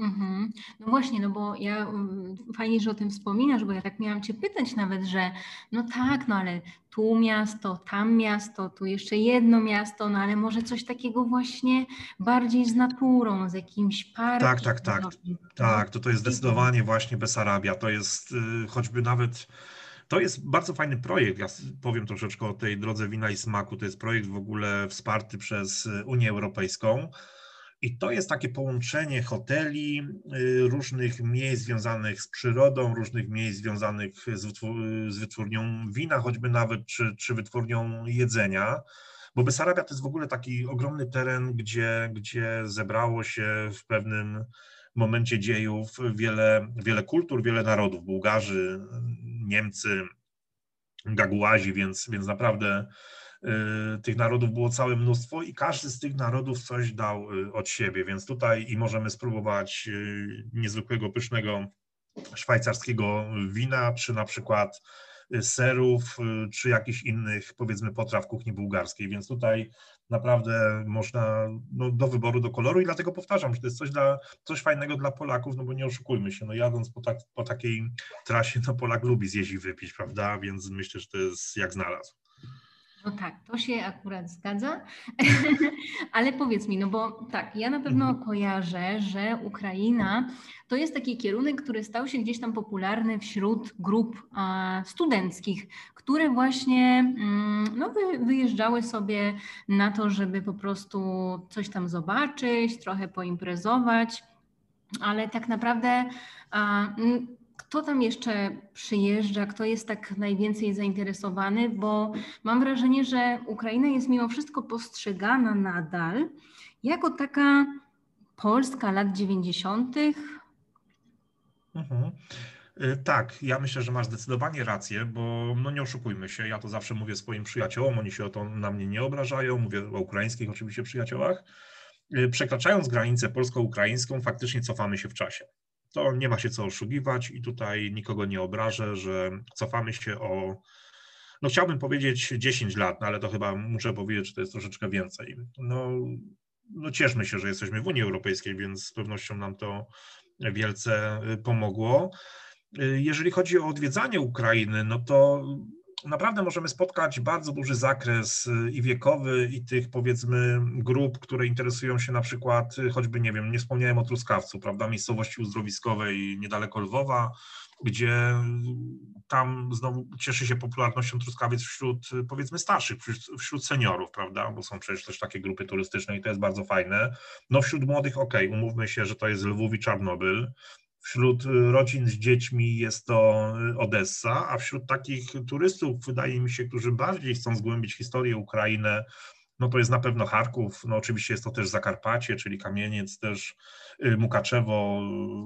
No właśnie, no bo ja fajnie, że o tym wspominasz, bo ja tak miałam Cię pytać nawet, że no tak, no ale tu miasto, tu jeszcze jedno miasto, no ale może coś takiego właśnie bardziej z naturą, z jakimś parkiem. Tak, to jest zdecydowanie właśnie Besarabia, to jest choćby nawet, to jest bardzo fajny projekt, ja powiem troszeczkę o tej drodze wina i smaku, to jest projekt w ogóle wsparty przez Unię Europejską. I to jest takie połączenie hoteli, różnych miejsc związanych z przyrodą, różnych miejsc związanych z wytwórnią wina, choćby nawet, czy wytwórnią jedzenia. Bo Besarabia to jest w ogóle taki ogromny teren, gdzie zebrało się w pewnym momencie dziejów wiele kultur, wiele narodów. Bułgarzy, Niemcy, Gagułazi, więc naprawdę tych narodów było całe mnóstwo i każdy z tych narodów coś dał od siebie, więc tutaj i możemy spróbować niezwykłego, pysznego szwajcarskiego wina, czy na przykład serów, czy jakichś innych, powiedzmy, potraw kuchni bułgarskiej, więc tutaj naprawdę można do wyboru, do koloru i dlatego powtarzam, że to jest coś fajnego dla Polaków, no bo nie oszukujmy się, no jadąc po takiej trasie, no Polak lubi zjeść i wypić, prawda, więc myślę, że to jest jak znalazł. No tak, to się akurat zgadza, ale powiedz mi, no bo tak, ja na pewno kojarzę, że Ukraina to jest taki kierunek, który stał się gdzieś tam popularny wśród grup studenckich, które właśnie no, wyjeżdżały sobie na to, żeby po prostu coś tam zobaczyć, trochę poimprezować, ale tak naprawdę kto tam jeszcze przyjeżdża, kto jest tak najwięcej zainteresowany, bo mam wrażenie, że Ukraina jest mimo wszystko postrzegana nadal jako taka Polska lat 90. Tak, ja myślę, że masz zdecydowanie rację, bo no nie oszukujmy się, ja to zawsze mówię swoim przyjaciołom, oni się o to na mnie nie obrażają, mówię o ukraińskich oczywiście przyjaciołach. Przekraczając granicę polsko-ukraińską, faktycznie cofamy się w czasie. To nie ma się co oszukiwać i tutaj nikogo nie obrażę, że cofamy się no chciałbym powiedzieć 10 lat, no ale to chyba muszę powiedzieć, że to jest troszeczkę więcej. No cieszmy się, że jesteśmy w Unii Europejskiej, więc z pewnością nam to wielce pomogło. Jeżeli chodzi o odwiedzanie Ukrainy, no to naprawdę możemy spotkać bardzo duży zakres i wiekowy, i tych, powiedzmy, grup, które interesują się na przykład, choćby, nie wiem, nie wspomniałem o Truskawcu, prawda, miejscowości uzdrowiskowej niedaleko Lwowa, gdzie tam znowu cieszy się popularnością truskawiec wśród, powiedzmy, starszych, wśród seniorów, prawda, bo są przecież też takie grupy turystyczne i to jest bardzo fajne. No wśród młodych, umówmy się, że to jest Lwów i Czarnobyl. Wśród rodzin z dziećmi jest to Odessa, a wśród takich turystów, wydaje mi się, którzy bardziej chcą zgłębić historię Ukrainy, no to jest na pewno Charków, no oczywiście jest to też Zakarpacie, czyli Kamieniec, też Mukaczewo,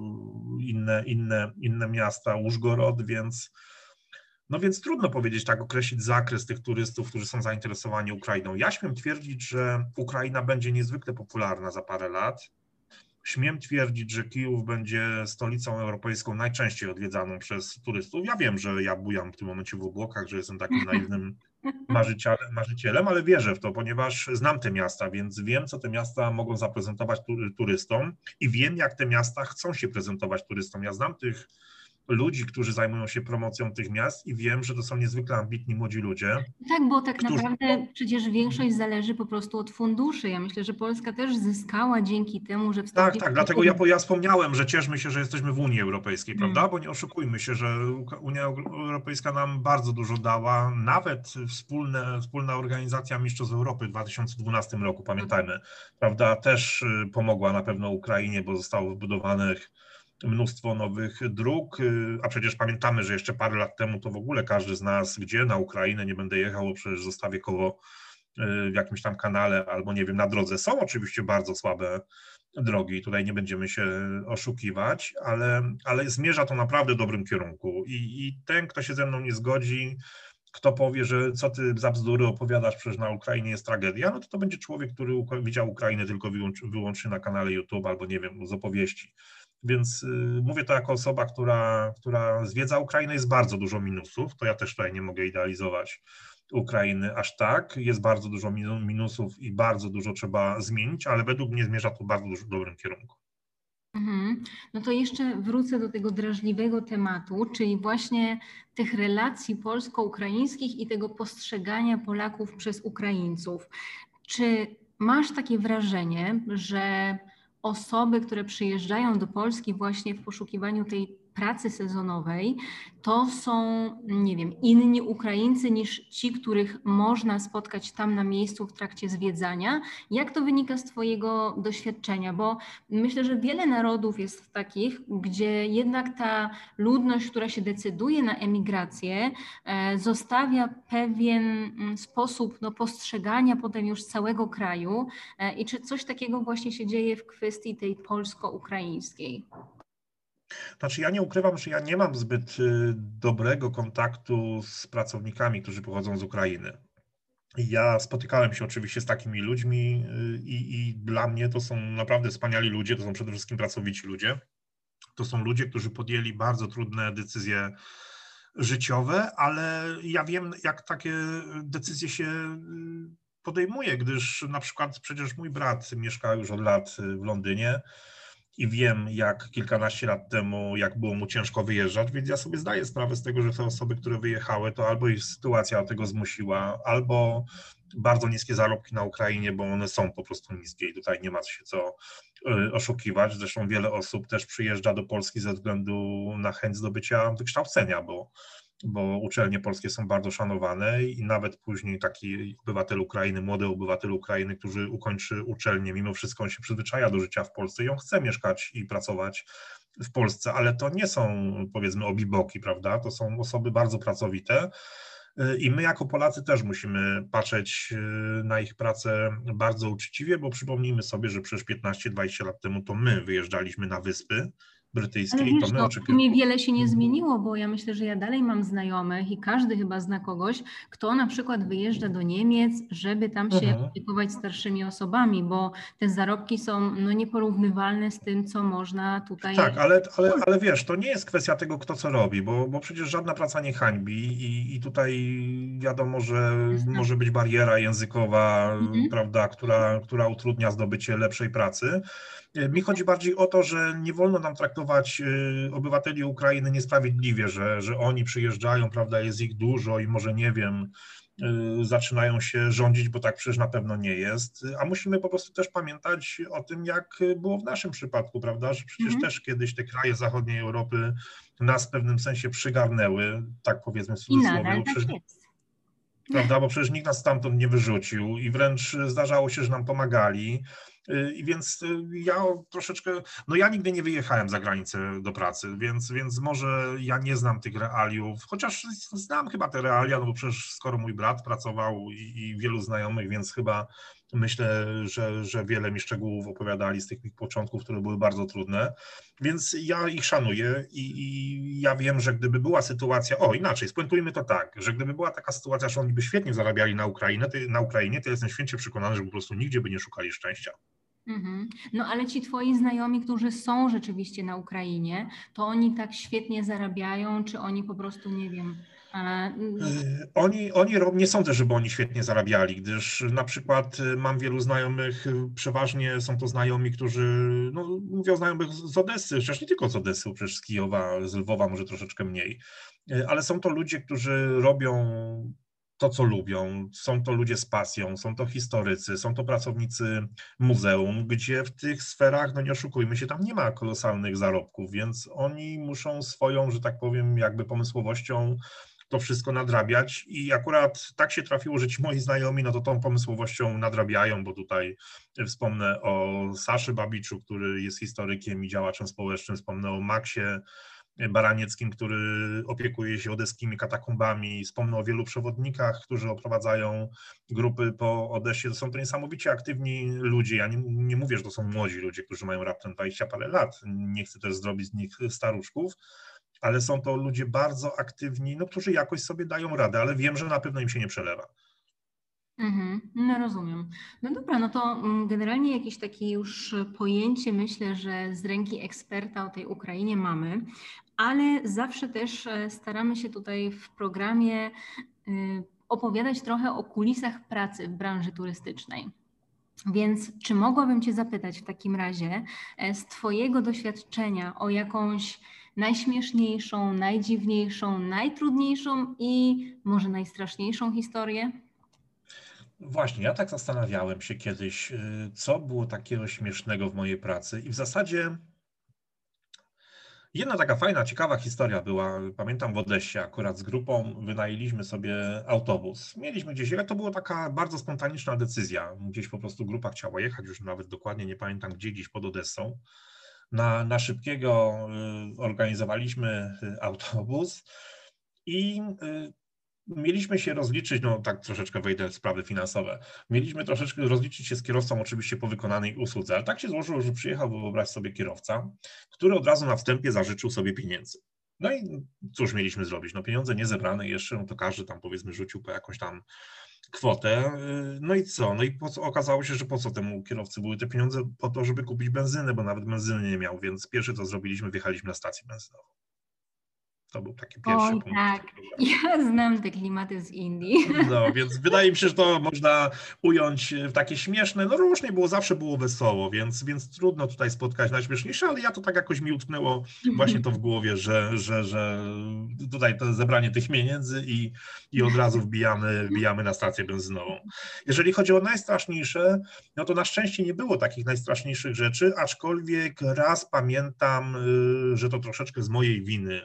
inne miasta, Użgorod, więc trudno powiedzieć, tak określić zakres tych turystów, którzy są zainteresowani Ukrainą. Ja śmiem twierdzić, że Ukraina będzie niezwykle popularna za parę lat. Śmiem twierdzić, że Kijów będzie stolicą europejską najczęściej odwiedzaną przez turystów. Ja wiem, że ja bujam w tym momencie w obłokach, że jestem takim naiwnym marzycielem, ale wierzę w to, ponieważ znam te miasta, więc wiem, co te miasta mogą zaprezentować turystom i wiem, jak te miasta chcą się prezentować turystom. Ja znam tych ludzi, którzy zajmują się promocją tych miast i wiem, że to są niezwykle ambitni młodzi ludzie. Tak, bo tak którzy... naprawdę przecież większość zależy po prostu od funduszy. Ja myślę, że Polska też zyskała dzięki temu, że wstąpiła. Tak, dlatego ja wspomniałem, że cieszmy się, że jesteśmy w Unii Europejskiej, prawda? Bo nie oszukujmy się, że Unia Europejska nam bardzo dużo dała, nawet wspólna organizacja Mistrzostw Europy w 2012 roku, pamiętajmy, prawda, też pomogła na pewno Ukrainie, bo zostało wybudowanych mnóstwo nowych dróg, a przecież pamiętamy, że jeszcze parę lat temu to w ogóle każdy z nas, gdzie na Ukrainę nie będę jechał, bo przecież zostawię koło w jakimś tam kanale albo nie wiem, na drodze. Są oczywiście bardzo słabe drogi, tutaj nie będziemy się oszukiwać, ale zmierza to naprawdę w dobrym kierunku i ten, kto się ze mną nie zgodzi, kto powie, że co ty za bzdury opowiadasz, przecież na Ukrainie jest tragedia, no to będzie człowiek, który widział Ukrainę tylko wyłącznie na kanale YouTube albo nie wiem, z opowieści. Więc mówię to jako osoba, która zwiedza Ukrainę, jest bardzo dużo minusów, to ja też tutaj nie mogę idealizować Ukrainy aż tak, jest bardzo dużo minusów i bardzo dużo trzeba zmienić, ale według mnie zmierza to bardzo dużo w dobrym kierunku. No to jeszcze wrócę do tego drażliwego tematu, czyli właśnie tych relacji polsko-ukraińskich i tego postrzegania Polaków przez Ukraińców. Czy masz takie wrażenie, że osoby, które przyjeżdżają do Polski właśnie w poszukiwaniu tej pracy sezonowej, to są, nie wiem, inni Ukraińcy niż ci, których można spotkać tam na miejscu w trakcie zwiedzania? Jak to wynika z Twojego doświadczenia? Bo myślę, że wiele narodów jest takich, gdzie jednak ta ludność, która się decyduje na emigrację, zostawia pewien sposób postrzegania potem już całego kraju. I czy coś takiego właśnie się dzieje w kwestii tej polsko-ukraińskiej? Znaczy ja nie ukrywam, że ja nie mam zbyt dobrego kontaktu z pracownikami, którzy pochodzą z Ukrainy. Ja spotykałem się oczywiście z takimi ludźmi i dla mnie to są naprawdę wspaniali ludzie, to są przede wszystkim pracowici ludzie. To są ludzie, którzy podjęli bardzo trudne decyzje życiowe, ale ja wiem, jak takie decyzje się podejmuje, gdyż na przykład przecież mój brat mieszka już od lat w Londynie i wiem, jak kilkanaście lat temu, jak było mu ciężko wyjeżdżać, więc ja sobie zdaję sprawę z tego, że te osoby, które wyjechały, to albo ich sytuacja do tego zmusiła, albo bardzo niskie zarobki na Ukrainie, bo one są po prostu niskie i tutaj nie ma się co oszukiwać. Zresztą wiele osób też przyjeżdża do Polski ze względu na chęć zdobycia wykształcenia, bo uczelnie polskie są bardzo szanowane i nawet później taki obywatel Ukrainy, młody obywatel Ukrainy, który ukończy uczelnię, mimo wszystko on się przyzwyczaja do życia w Polsce i on chce mieszkać i pracować w Polsce, ale to nie są, powiedzmy, obiboki, prawda? To są osoby bardzo pracowite i my jako Polacy też musimy patrzeć na ich pracę bardzo uczciwie, bo przypomnijmy sobie, że przecież 15-20 lat temu to my wyjeżdżaliśmy na Wyspy Brytyjskie. Ale I wiesz, to my no, w sumie wiele się nie zmieniło, bo ja myślę, że ja dalej mam znajomych i każdy chyba zna kogoś, kto na przykład wyjeżdża do Niemiec, żeby tam się opiekować starszymi osobami, bo te zarobki są nieporównywalne z tym, co można tutaj. Tak, ale wiesz, to nie jest kwestia tego, kto co robi, bo przecież żadna praca nie hańbi i tutaj wiadomo, że może być bariera językowa, prawda, która utrudnia zdobycie lepszej pracy. Mi chodzi bardziej o to, że nie wolno nam traktować obywateli Ukrainy niesprawiedliwie, że oni przyjeżdżają, prawda, jest ich dużo i może nie wiem, zaczynają się rządzić, bo tak przecież na pewno nie jest, a musimy po prostu też pamiętać o tym, jak było w naszym przypadku, prawda, że przecież też kiedyś te kraje zachodniej Europy nas w pewnym sensie przygarnęły, tak powiedzmy w cudzysłowie. I nadal tak jest. Prawda, bo przecież nikt nas stamtąd nie wyrzucił i wręcz zdarzało się, że nam pomagali. I więc ja troszeczkę, ja nigdy nie wyjechałem za granicę do pracy, więc może ja nie znam tych realiów, chociaż znam chyba te realia, bo przecież skoro mój brat pracował i wielu znajomych, więc chyba myślę, że wiele mi szczegółów opowiadali z tych początków, które były bardzo trudne, więc ja ich szanuję i ja wiem, że gdyby była sytuacja, inaczej, spuentujmy to tak, że gdyby była taka sytuacja, że oni by świetnie zarabiali na Ukrainie, to ja jestem święcie przekonany, że po prostu nigdzie by nie szukali szczęścia. No ale ci twoi znajomi, którzy są rzeczywiście na Ukrainie, to oni tak świetnie zarabiają, czy oni po prostu, nie wiem, Nie sądzę, żeby oni świetnie zarabiali, gdyż na przykład mam wielu znajomych, przeważnie są to znajomi, którzy, no mówię o znajomych z Odessy, przecież nie tylko z Odessy, przecież z Kijowa, z Lwowa może troszeczkę mniej, ale są to ludzie, którzy robią to, co lubią, są to ludzie z pasją, są to historycy, są to pracownicy muzeum, gdzie w tych sferach, no nie oszukujmy się, tam nie ma kolosalnych zarobków, więc oni muszą swoją, że tak powiem, jakby pomysłowością to wszystko nadrabiać i akurat tak się trafiło, że ci moi znajomi no to tą pomysłowością nadrabiają, bo tutaj wspomnę o Saszy Babiczu, który jest historykiem i działaczem społecznym, wspomnę o Maksie Baranieckim, który opiekuje się odeskimi katakumbami, wspomnę o wielu przewodnikach, którzy oprowadzają grupy po Odessie. To są to niesamowicie aktywni ludzie. Ja nie mówię, że to są młodzi ludzie, którzy mają raptem 20 parę lat. Nie chcę też zrobić z nich staruszków, ale są to ludzie bardzo aktywni, no, którzy jakoś sobie dają radę, ale wiem, że na pewno im się nie przelewa. No rozumiem. No dobra, no to generalnie jakieś takie już pojęcie, myślę, że z ręki eksperta o tej Ukrainie mamy, ale zawsze też staramy się tutaj w programie opowiadać trochę o kulisach pracy w branży turystycznej. Więc czy mogłabym Cię zapytać w takim razie z Twojego doświadczenia o jakąś najśmieszniejszą, najdziwniejszą, najtrudniejszą i może najstraszniejszą historię? Właśnie, ja tak zastanawiałem się kiedyś, co było takiego śmiesznego w mojej pracy i w zasadzie jedna taka fajna, ciekawa historia była, pamiętam w Odessie akurat z grupą wynajęliśmy sobie autobus. Mieliśmy gdzieś jechać, to była taka bardzo spontaniczna decyzja. Gdzieś po prostu grupa chciała jechać, już nawet dokładnie nie pamiętam gdzie, gdzieś pod Odessą. Na szybkiego organizowaliśmy autobus i mieliśmy się rozliczyć, no tak troszeczkę wejdę w sprawy finansowe, mieliśmy troszeczkę rozliczyć się z kierowcą oczywiście po wykonanej usłudze, ale tak się złożyło, że przyjechał, wyobraź sobie, kierowca, który od razu na wstępie zażyczył sobie pieniędzy. No i cóż mieliśmy zrobić? No pieniądze nie zebrane jeszcze, no to każdy tam powiedzmy rzucił po jakąś tam kwotę. No i co? No i okazało się, że po co temu kierowcy były te pieniądze? Po to, żeby kupić benzynę, bo nawet benzyny nie miał, więc pierwsze co zrobiliśmy, wjechaliśmy na stację benzynową. To był taki pierwszy Oj, punkt. tak. Ja znam te klimaty z Indii. No, więc wydaje mi się, że to można ująć w takie śmieszne, no różnie było, zawsze było wesoło, więc trudno tutaj spotkać najśmieszniejsze, ale ja to tak jakoś mi utknęło właśnie to w głowie, że tutaj to zebranie tych pieniędzy i od razu wbijamy na stację benzynową. Jeżeli chodzi o najstraszniejsze, no to na szczęście nie było takich najstraszniejszych rzeczy, aczkolwiek raz pamiętam, że to troszeczkę z mojej winy.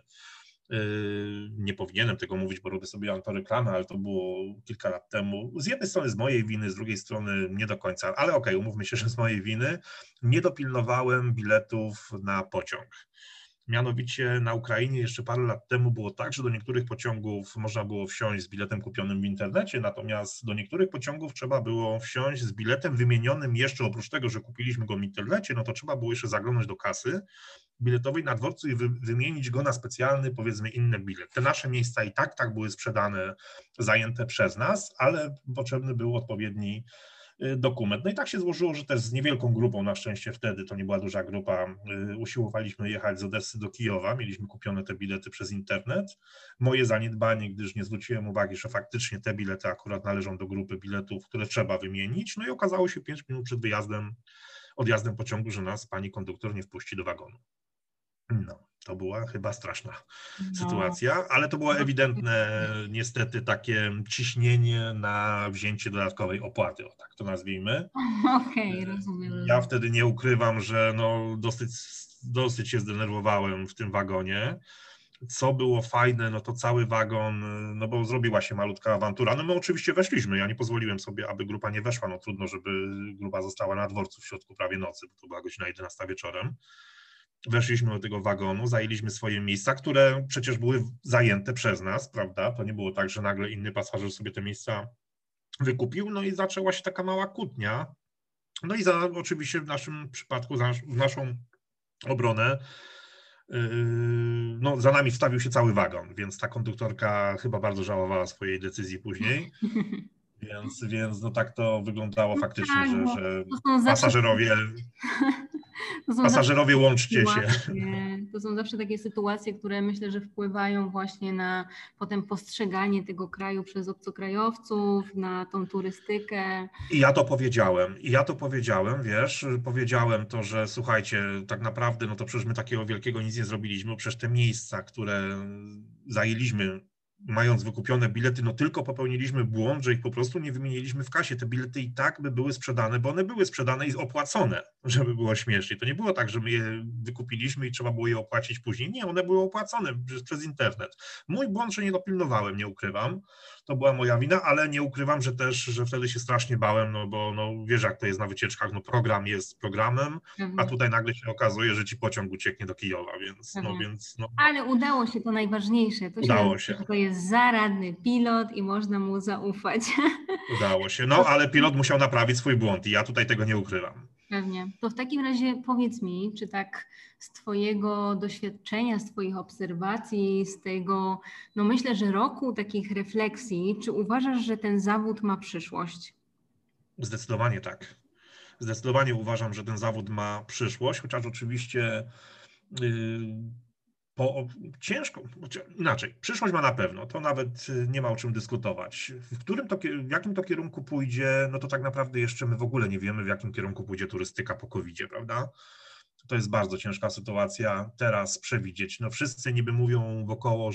Nie powinienem tego mówić, bo robię sobie autoreklamę, ale to było kilka lat temu. Z jednej strony z mojej winy, z drugiej strony nie do końca, ale okej, umówmy się, że z mojej winy nie dopilnowałem biletów na pociąg. Mianowicie na Ukrainie jeszcze parę lat temu było tak, że do niektórych pociągów można było wsiąść z biletem kupionym w internecie, natomiast do niektórych pociągów trzeba było wsiąść z biletem wymienionym jeszcze, oprócz tego, że kupiliśmy go w internecie, no to trzeba było jeszcze zaglądać do kasy biletowej na dworcu i wymienić go na specjalny, powiedzmy, inny bilet. Te nasze miejsca i tak były sprzedane, zajęte przez nas, ale potrzebny był odpowiedni dokument. No i tak się złożyło, że też z niewielką grupą, na szczęście wtedy, to nie była duża grupa, usiłowaliśmy jechać z Odessy do Kijowa, mieliśmy kupione te bilety przez internet. Moje zaniedbanie, gdyż nie zwróciłem uwagi, że faktycznie te bilety akurat należą do grupy biletów, które trzeba wymienić, no i okazało się 5 minut przed odjazdem pociągu, że nas pani konduktor nie wpuści do wagonu. No, to była chyba straszna sytuacja, ale to było ewidentne niestety takie ciśnienie na wzięcie dodatkowej opłaty, o tak to nazwijmy. Okej, rozumiem. Ja wtedy nie ukrywam, że no dosyć się zdenerwowałem w tym wagonie. Co było fajne, no to cały wagon, no bo zrobiła się malutka awantura. No my oczywiście weszliśmy, ja nie pozwoliłem sobie, aby grupa nie weszła, no trudno, żeby grupa została na dworcu w środku prawie nocy, bo to była godzina 11 wieczorem. Weszliśmy do tego wagonu, zajęliśmy swoje miejsca, które przecież były zajęte przez nas, prawda? To nie było tak, że nagle inny pasażer sobie te miejsca wykupił, no i zaczęła się taka mała kłótnia. No i oczywiście w naszym przypadku, w naszą obronę, no za nami wstawił się cały wagon, więc ta konduktorka chyba bardzo żałowała swojej decyzji później. Więc no tak to wyglądało faktycznie, Tak, bo że to są zawsze to są zawsze pasażerowie łączcie się. To są zawsze takie sytuacje, które myślę, że wpływają właśnie na potem postrzeganie tego kraju przez obcokrajowców, na tą turystykę. I ja to powiedziałem, wiesz, powiedziałem to, że słuchajcie, tak naprawdę, no to przecież my takiego wielkiego nic nie zrobiliśmy, bo przecież te miejsca, które zajęliśmy, mając wykupione bilety, no tylko popełniliśmy błąd, że ich po prostu nie wymieniliśmy w kasie. Te bilety i tak by były sprzedane, bo one były sprzedane i opłacone, żeby było śmiesznie. To nie było tak, że my je wykupiliśmy i trzeba było je opłacić później. Nie, one były opłacone przez internet. Mój błąd, że nie dopilnowałem, nie ukrywam. To była moja wina, ale nie ukrywam, że też, że wtedy się strasznie bałem, no bo no, wiesz jak to jest na wycieczkach, no program jest programem, a tutaj nagle się okazuje, że ci pociąg ucieknie do Kijowa, więc Ale udało się, to najważniejsze. To udało się. się. To jest zaradny pilot i można mu zaufać. Udało się, no ale pilot musiał naprawić swój błąd i ja tutaj tego nie ukrywam. Pewnie. To w takim razie powiedz mi, czy tak z Twojego doświadczenia, z Twoich obserwacji, z tego, no myślę, że roku takich refleksji, czy uważasz, że ten zawód ma przyszłość? Zdecydowanie tak. Zdecydowanie uważam, że ten zawód ma przyszłość, chociaż oczywiście ciężko, inaczej, przyszłość ma na pewno, to nawet nie ma o czym dyskutować. W jakim to kierunku pójdzie, no to tak naprawdę jeszcze my w ogóle nie wiemy, w jakim kierunku pójdzie turystyka po COVID-zie, prawda? To jest bardzo ciężka sytuacja teraz przewidzieć. No wszyscy niby mówią wokoło,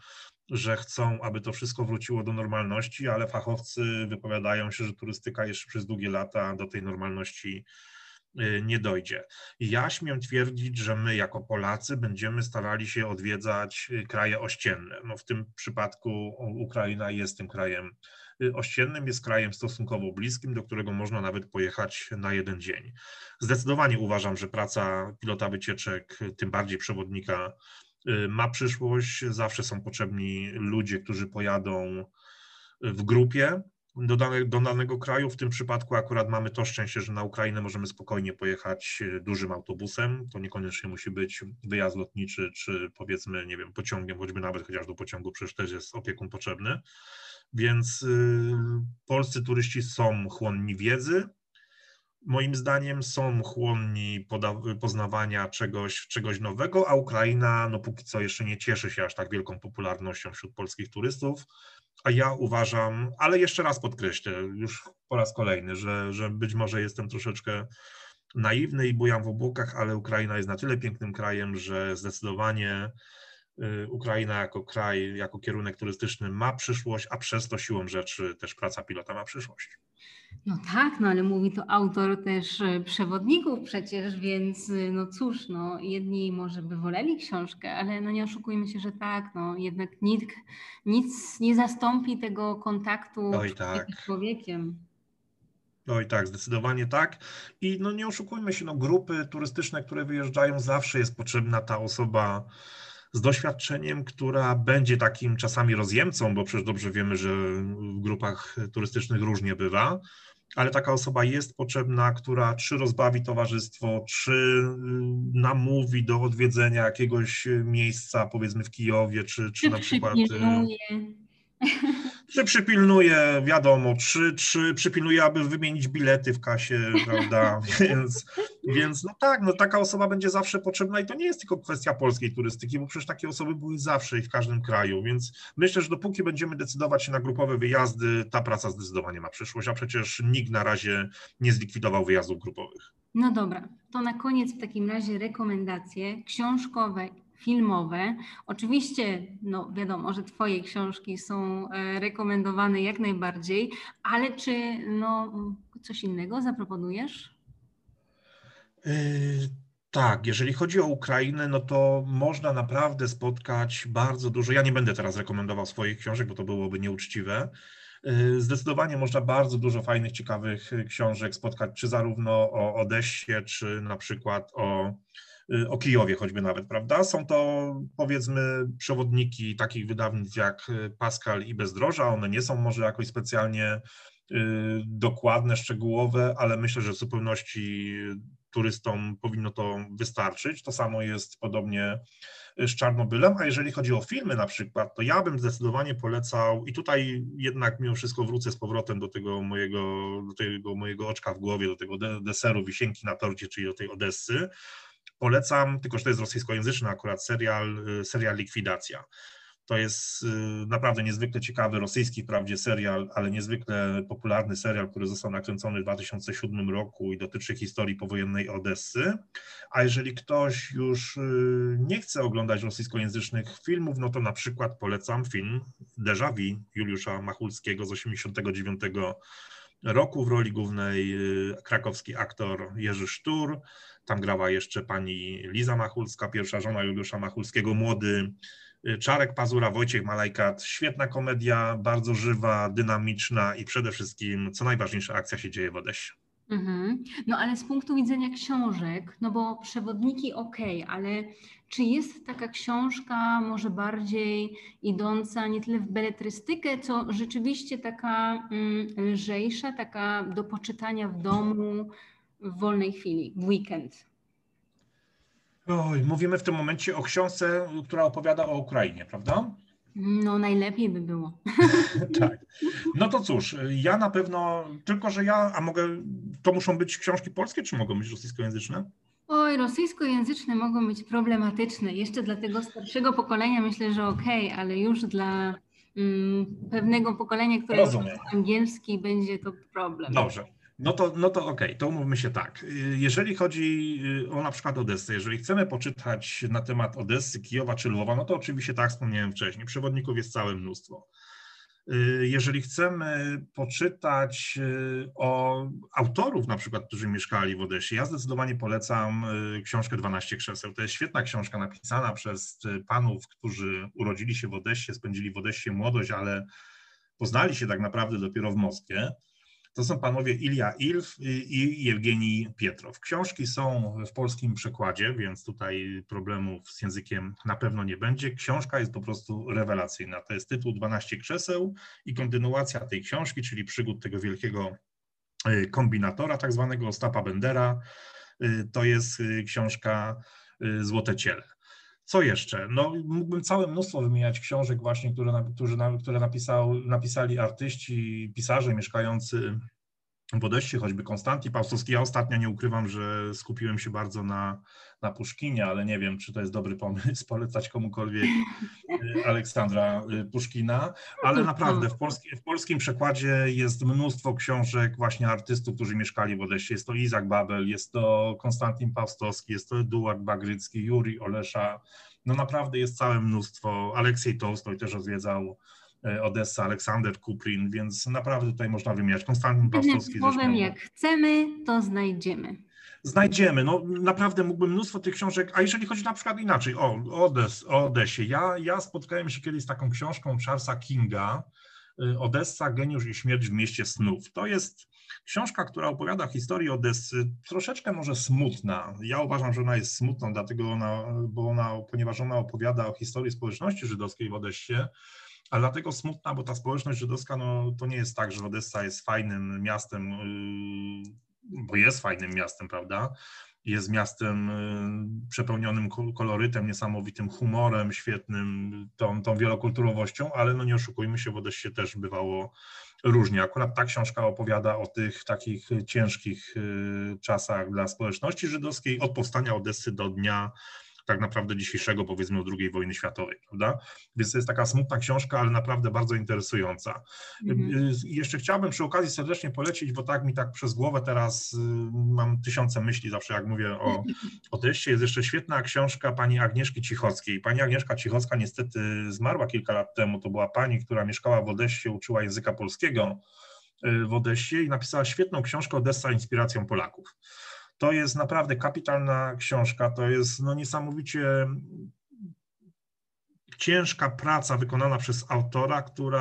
że chcą, aby to wszystko wróciło do normalności, ale fachowcy wypowiadają się, że turystyka jeszcze przez długie lata do tej normalności nie dojdzie. Ja śmiem twierdzić, że my jako Polacy będziemy starali się odwiedzać kraje ościenne. No w tym przypadku Ukraina jest tym krajem ościennym, jest krajem stosunkowo bliskim, do którego można nawet pojechać na jeden dzień. Zdecydowanie uważam, że praca pilota wycieczek, tym bardziej przewodnika, ma przyszłość. Zawsze są potrzebni ludzie, którzy pojadą w grupie do danego kraju. W tym przypadku akurat mamy to szczęście, że na Ukrainę możemy spokojnie pojechać dużym autobusem. To niekoniecznie musi być wyjazd lotniczy, czy powiedzmy, nie wiem, pociągiem, choćby nawet chociaż do pociągu, przecież też jest opiekun potrzebny. Więc polscy turyści są chłonni wiedzy. Moim zdaniem są chłonni poznawania czegoś nowego, a Ukraina no póki co jeszcze nie cieszy się aż tak wielką popularnością wśród polskich turystów. A ja uważam, ale jeszcze raz podkreślę, już po raz kolejny, że być może jestem troszeczkę naiwny i bujam w obłokach, ale Ukraina jest na tyle pięknym krajem, że zdecydowanie Ukraina jako kraj, jako kierunek turystyczny ma przyszłość, a przez to siłą rzeczy też praca pilota ma przyszłość. No tak, no ale mówi to autor też przewodników przecież, więc no cóż, no jedni może by woleli książkę, ale no nie oszukujmy się, że tak, no jednak nic nie zastąpi tego kontaktu z człowiekiem. Oj tak, zdecydowanie tak. I no nie oszukujmy się, no grupy turystyczne, które wyjeżdżają, zawsze jest potrzebna ta osoba z doświadczeniem, która będzie takim czasami rozjemcą, bo przecież dobrze wiemy, że w grupach turystycznych różnie bywa, ale taka osoba jest potrzebna, która czy rozbawi towarzystwo, czy namówi do odwiedzenia jakiegoś miejsca, powiedzmy w Kijowie, czy na przykład... Czy przypilnuje, wiadomo, czy przypilnuje, aby wymienić bilety w kasie, prawda, więc no tak, no taka osoba będzie zawsze potrzebna i to nie jest tylko kwestia polskiej turystyki, bo przecież takie osoby były zawsze i w każdym kraju, więc myślę, że dopóki będziemy decydować się na grupowe wyjazdy, ta praca zdecydowanie ma przyszłość, a przecież nikt na razie nie zlikwidował wyjazdów grupowych. No dobra, to na koniec w takim razie rekomendacje książkowe, filmowe. Oczywiście, no wiadomo, że Twoje książki są rekomendowane jak najbardziej, ale czy no, coś innego zaproponujesz? Tak, jeżeli chodzi o Ukrainę, no to można naprawdę spotkać bardzo dużo. Ja nie będę teraz rekomendował swoich książek, bo to byłoby nieuczciwe. Zdecydowanie można bardzo dużo fajnych, ciekawych książek spotkać, czy zarówno o Odessie, czy na przykład o Kijowie choćby nawet, prawda? Są to powiedzmy przewodniki takich wydawnictw jak Pascal i Bezdroża. One nie są może jakoś specjalnie dokładne, szczegółowe, ale myślę, że w zupełności turystom powinno to wystarczyć. To samo jest podobnie z Czarnobylem, a jeżeli chodzi o filmy na przykład, to ja bym zdecydowanie polecał, i tutaj jednak mimo wszystko wrócę z powrotem do tego mojego oczka w głowie, do tego deseru, wisienki na torcie, czyli do tej Odessy. Polecam, tylko że to jest rosyjskojęzyczny akurat serial Likwidacja. To jest naprawdę niezwykle ciekawy rosyjski wprawdzie serial, ale niezwykle popularny serial, który został nakręcony w 2007 roku i dotyczy historii powojennej Odessy. A jeżeli ktoś już nie chce oglądać rosyjskojęzycznych filmów, no to na przykład polecam film Déjà Vu Juliusza Machulskiego z 1989 roku. W roli głównej krakowski aktor Jerzy Sztur. Tam grała jeszcze pani Liza Machulska, pierwsza żona Juliusza Machulskiego, młody Czarek Pazura, Wojciech Malajkat. Świetna komedia, bardzo żywa, dynamiczna i przede wszystkim, co najważniejsze, akcja się dzieje w Odessie. No ale z punktu widzenia książek, no bo przewodniki okej, ale czy jest taka książka może bardziej idąca nie tyle w beletrystykę, co rzeczywiście taka lżejsza, taka do poczytania w domu w wolnej chwili, w weekend? Oj, mówimy w tym momencie o książce, która opowiada o Ukrainie, prawda? No najlepiej by było. Tak. No to cóż, ja na pewno, tylko że to muszą być książki polskie, czy mogą być rosyjskojęzyczne? Oj, rosyjskojęzyczne mogą być problematyczne. Jeszcze dla tego starszego pokolenia myślę, że okej, ale już dla pewnego pokolenia, które mówi angielski, będzie to problem. Dobrze. No to okej, to umówmy się tak. Jeżeli chodzi o na przykład Odessę, jeżeli chcemy poczytać na temat Odessy, Kijowa czy Lwowa, no to oczywiście tak wspomniałem wcześniej, przewodników jest całe mnóstwo. Jeżeli chcemy poczytać o autorów na przykład, którzy mieszkali w Odessie, ja zdecydowanie polecam książkę 12 krzeseł. To jest świetna książka napisana przez panów, którzy urodzili się w Odessie, spędzili w Odessie młodość, ale poznali się tak naprawdę dopiero w Moskwie. To są panowie Ilja Ilf i Jewgenij Pietrow. Książki są w polskim przekładzie, więc tutaj problemów z językiem na pewno nie będzie. Książka jest po prostu rewelacyjna. To jest tytuł 12 krzeseł i kontynuacja tej książki, czyli przygód tego wielkiego kombinatora, tak zwanego Ostapa Bendera. To jest książka Złote Ciele. Co jeszcze? No, mógłbym całe mnóstwo wymieniać książek właśnie, które napisali artyści, pisarze mieszkający w Odessie, choćby Konstanty Pawłowski. Ja ostatnio nie ukrywam, że skupiłem się bardzo na Puszkinie, ale nie wiem, czy to jest dobry pomysł polecać komukolwiek Aleksandra Puszkina, ale naprawdę w polskim przekładzie jest mnóstwo książek właśnie artystów, którzy mieszkali w Odessie. Jest to Izak Babel, jest to Konstantyn Pawłowski, jest to Eduard Bagrycki, Jurij Olesza. No naprawdę jest całe mnóstwo. Aleksiej Tołstoj też odwiedzał Odessę, Aleksander Kuplin, więc naprawdę tutaj można wymieniać. Konstantyn Pawłowski. Słowem, jak chcemy, to znajdziemy. Znajdziemy, no naprawdę mógłbym mnóstwo tych książek, a jeżeli chodzi na przykład inaczej, o Odessie, ja spotkałem się kiedyś z taką książką Charlesa Kinga, Odessa, geniusz i śmierć w mieście snów. To jest książka, która opowiada historię Odessy, troszeczkę może smutna. Ja uważam, że ona jest smutna, ponieważ ona opowiada o historii społeczności żydowskiej w Odessie, a dlatego smutna, bo ta społeczność żydowska, no to nie jest tak, że Odessa jest fajnym miastem, bo jest fajnym miastem, prawda? Jest miastem przepełnionym kolorytem, niesamowitym humorem, świetnym, tą wielokulturowością, ale no nie oszukujmy się, w Odessie też bywało różnie. Akurat ta książka opowiada o tych takich ciężkich czasach dla społeczności żydowskiej, od powstania Odessy do dnia tak naprawdę dzisiejszego, powiedzmy, o II wojny światowej, prawda? Więc to jest taka smutna książka, ale naprawdę bardzo interesująca. Jeszcze chciałbym przy okazji serdecznie polecić, bo tak mi przez głowę teraz mam tysiące myśli zawsze, jak mówię o Odessie. Jest jeszcze świetna książka pani Agnieszki Cichockiej. Pani Agnieszka Cichocka niestety zmarła kilka lat temu. To była pani, która mieszkała w Odessie, uczyła języka polskiego w Odessie i napisała świetną książkę Odessa inspiracją Polaków. To jest naprawdę kapitalna książka, to jest no niesamowicie ciężka praca wykonana przez autora,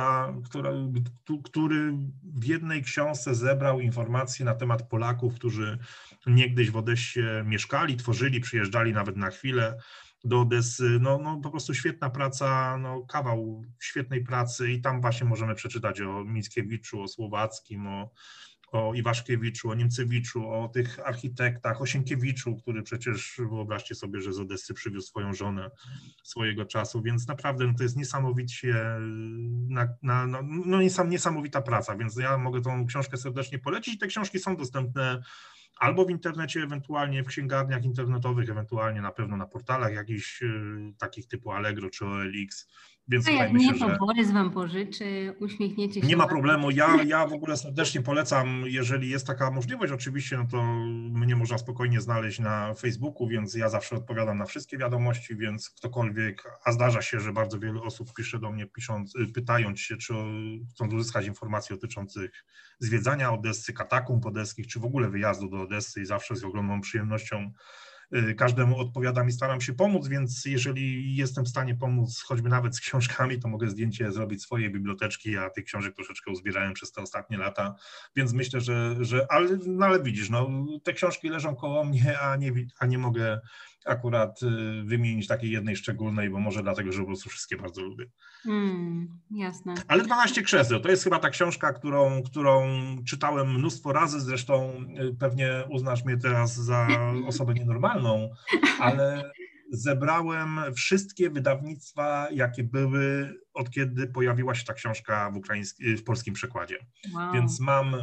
który w jednej książce zebrał informacje na temat Polaków, którzy niegdyś w Odessie mieszkali, tworzyli, przyjeżdżali nawet na chwilę do Odessy. No po prostu świetna praca, no kawał świetnej pracy i tam właśnie możemy przeczytać o Mickiewiczu, o Słowackim, o Iwaszkiewiczu, o Niemcewiczu, o tych architektach, o Sienkiewiczu, który przecież, wyobraźcie sobie, że z Odessy przywiózł swoją żonę swojego czasu, więc naprawdę to jest niesamowicie, niesamowita praca, więc ja mogę tą książkę serdecznie polecić. Te książki są dostępne albo w internecie, ewentualnie w księgarniach internetowych, ewentualnie na pewno na portalach jakichś takich typu Allegro czy OLX. Więc A tutaj jak myślę, nie, to że Borys wam pożyczy, uśmiechniecie się. nie ma problemu. Ja w ogóle serdecznie polecam, jeżeli jest taka możliwość, oczywiście, no to mnie można spokojnie znaleźć na Facebooku, więc ja zawsze odpowiadam na wszystkie wiadomości, więc ktokolwiek, a zdarza się, że bardzo wiele osób pisze do mnie, pytając się, czy chcą uzyskać informacje dotyczących zwiedzania Odessy, katakumb odeskich, czy w ogóle wyjazdu do Odessy i zawsze z ogromną przyjemnością każdemu odpowiadam i staram się pomóc, więc jeżeli jestem w stanie pomóc choćby nawet z książkami, to mogę zdjęcie zrobić swojej biblioteczki, ja tych książek troszeczkę uzbierałem przez te ostatnie lata, więc myślę, ale widzisz, no, te książki leżą koło mnie, a nie mogę akurat wymienić takiej jednej szczególnej, bo może dlatego, że po prostu wszystkie bardzo lubię. Jasne. Ale 12 krzeseł to jest chyba ta książka, którą czytałem mnóstwo razy, zresztą pewnie uznasz mnie teraz za osobę nienormalną, ale zebrałem wszystkie wydawnictwa, jakie były, od kiedy pojawiła się ta książka w polskim przekładzie. Wow. Więc mam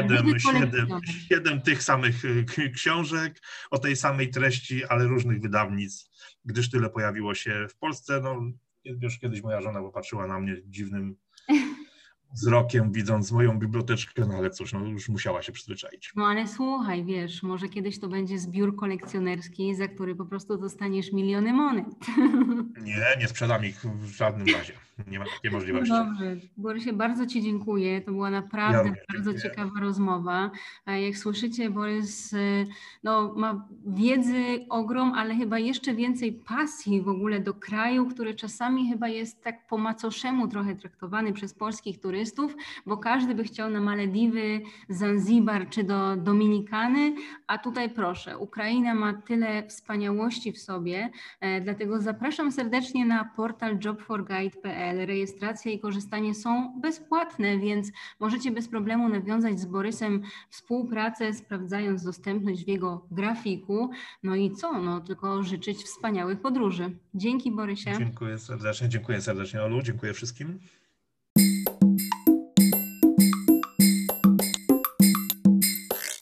7 tych samych książek o tej samej treści, ale różnych wydawnictw, gdyż tyle pojawiło się w Polsce. No, już kiedyś moja żona popatrzyła na mnie dziwnym wzrokiem, widząc moją biblioteczkę, no ale cóż, no już musiała się przyzwyczaić. No ale słuchaj, wiesz, może kiedyś to będzie zbiór kolekcjonerski, za który po prostu dostaniesz miliony monet. Nie sprzedam ich w żadnym razie. Nie ma takiej możliwości. No dobrze, Borysie, bardzo Ci dziękuję. To była naprawdę bardzo ciekawa rozmowa. Jak słyszycie, Borys ma wiedzy ogrom, ale chyba jeszcze więcej pasji w ogóle do kraju, który czasami chyba jest tak po macoszemu trochę traktowany przez polskich turystów, bo każdy by chciał na Malediwy, Zanzibar czy do Dominikany, a tutaj proszę, Ukraina ma tyle wspaniałości w sobie, dlatego zapraszam serdecznie na portal jobforguide.pl. Rejestracja i korzystanie są bezpłatne, więc możecie bez problemu nawiązać z Borysem współpracę, sprawdzając dostępność w jego grafiku. No i co? No tylko życzyć wspaniałych podróży. Dzięki, Borysie. Dziękuję serdecznie, Olu, dziękuję wszystkim.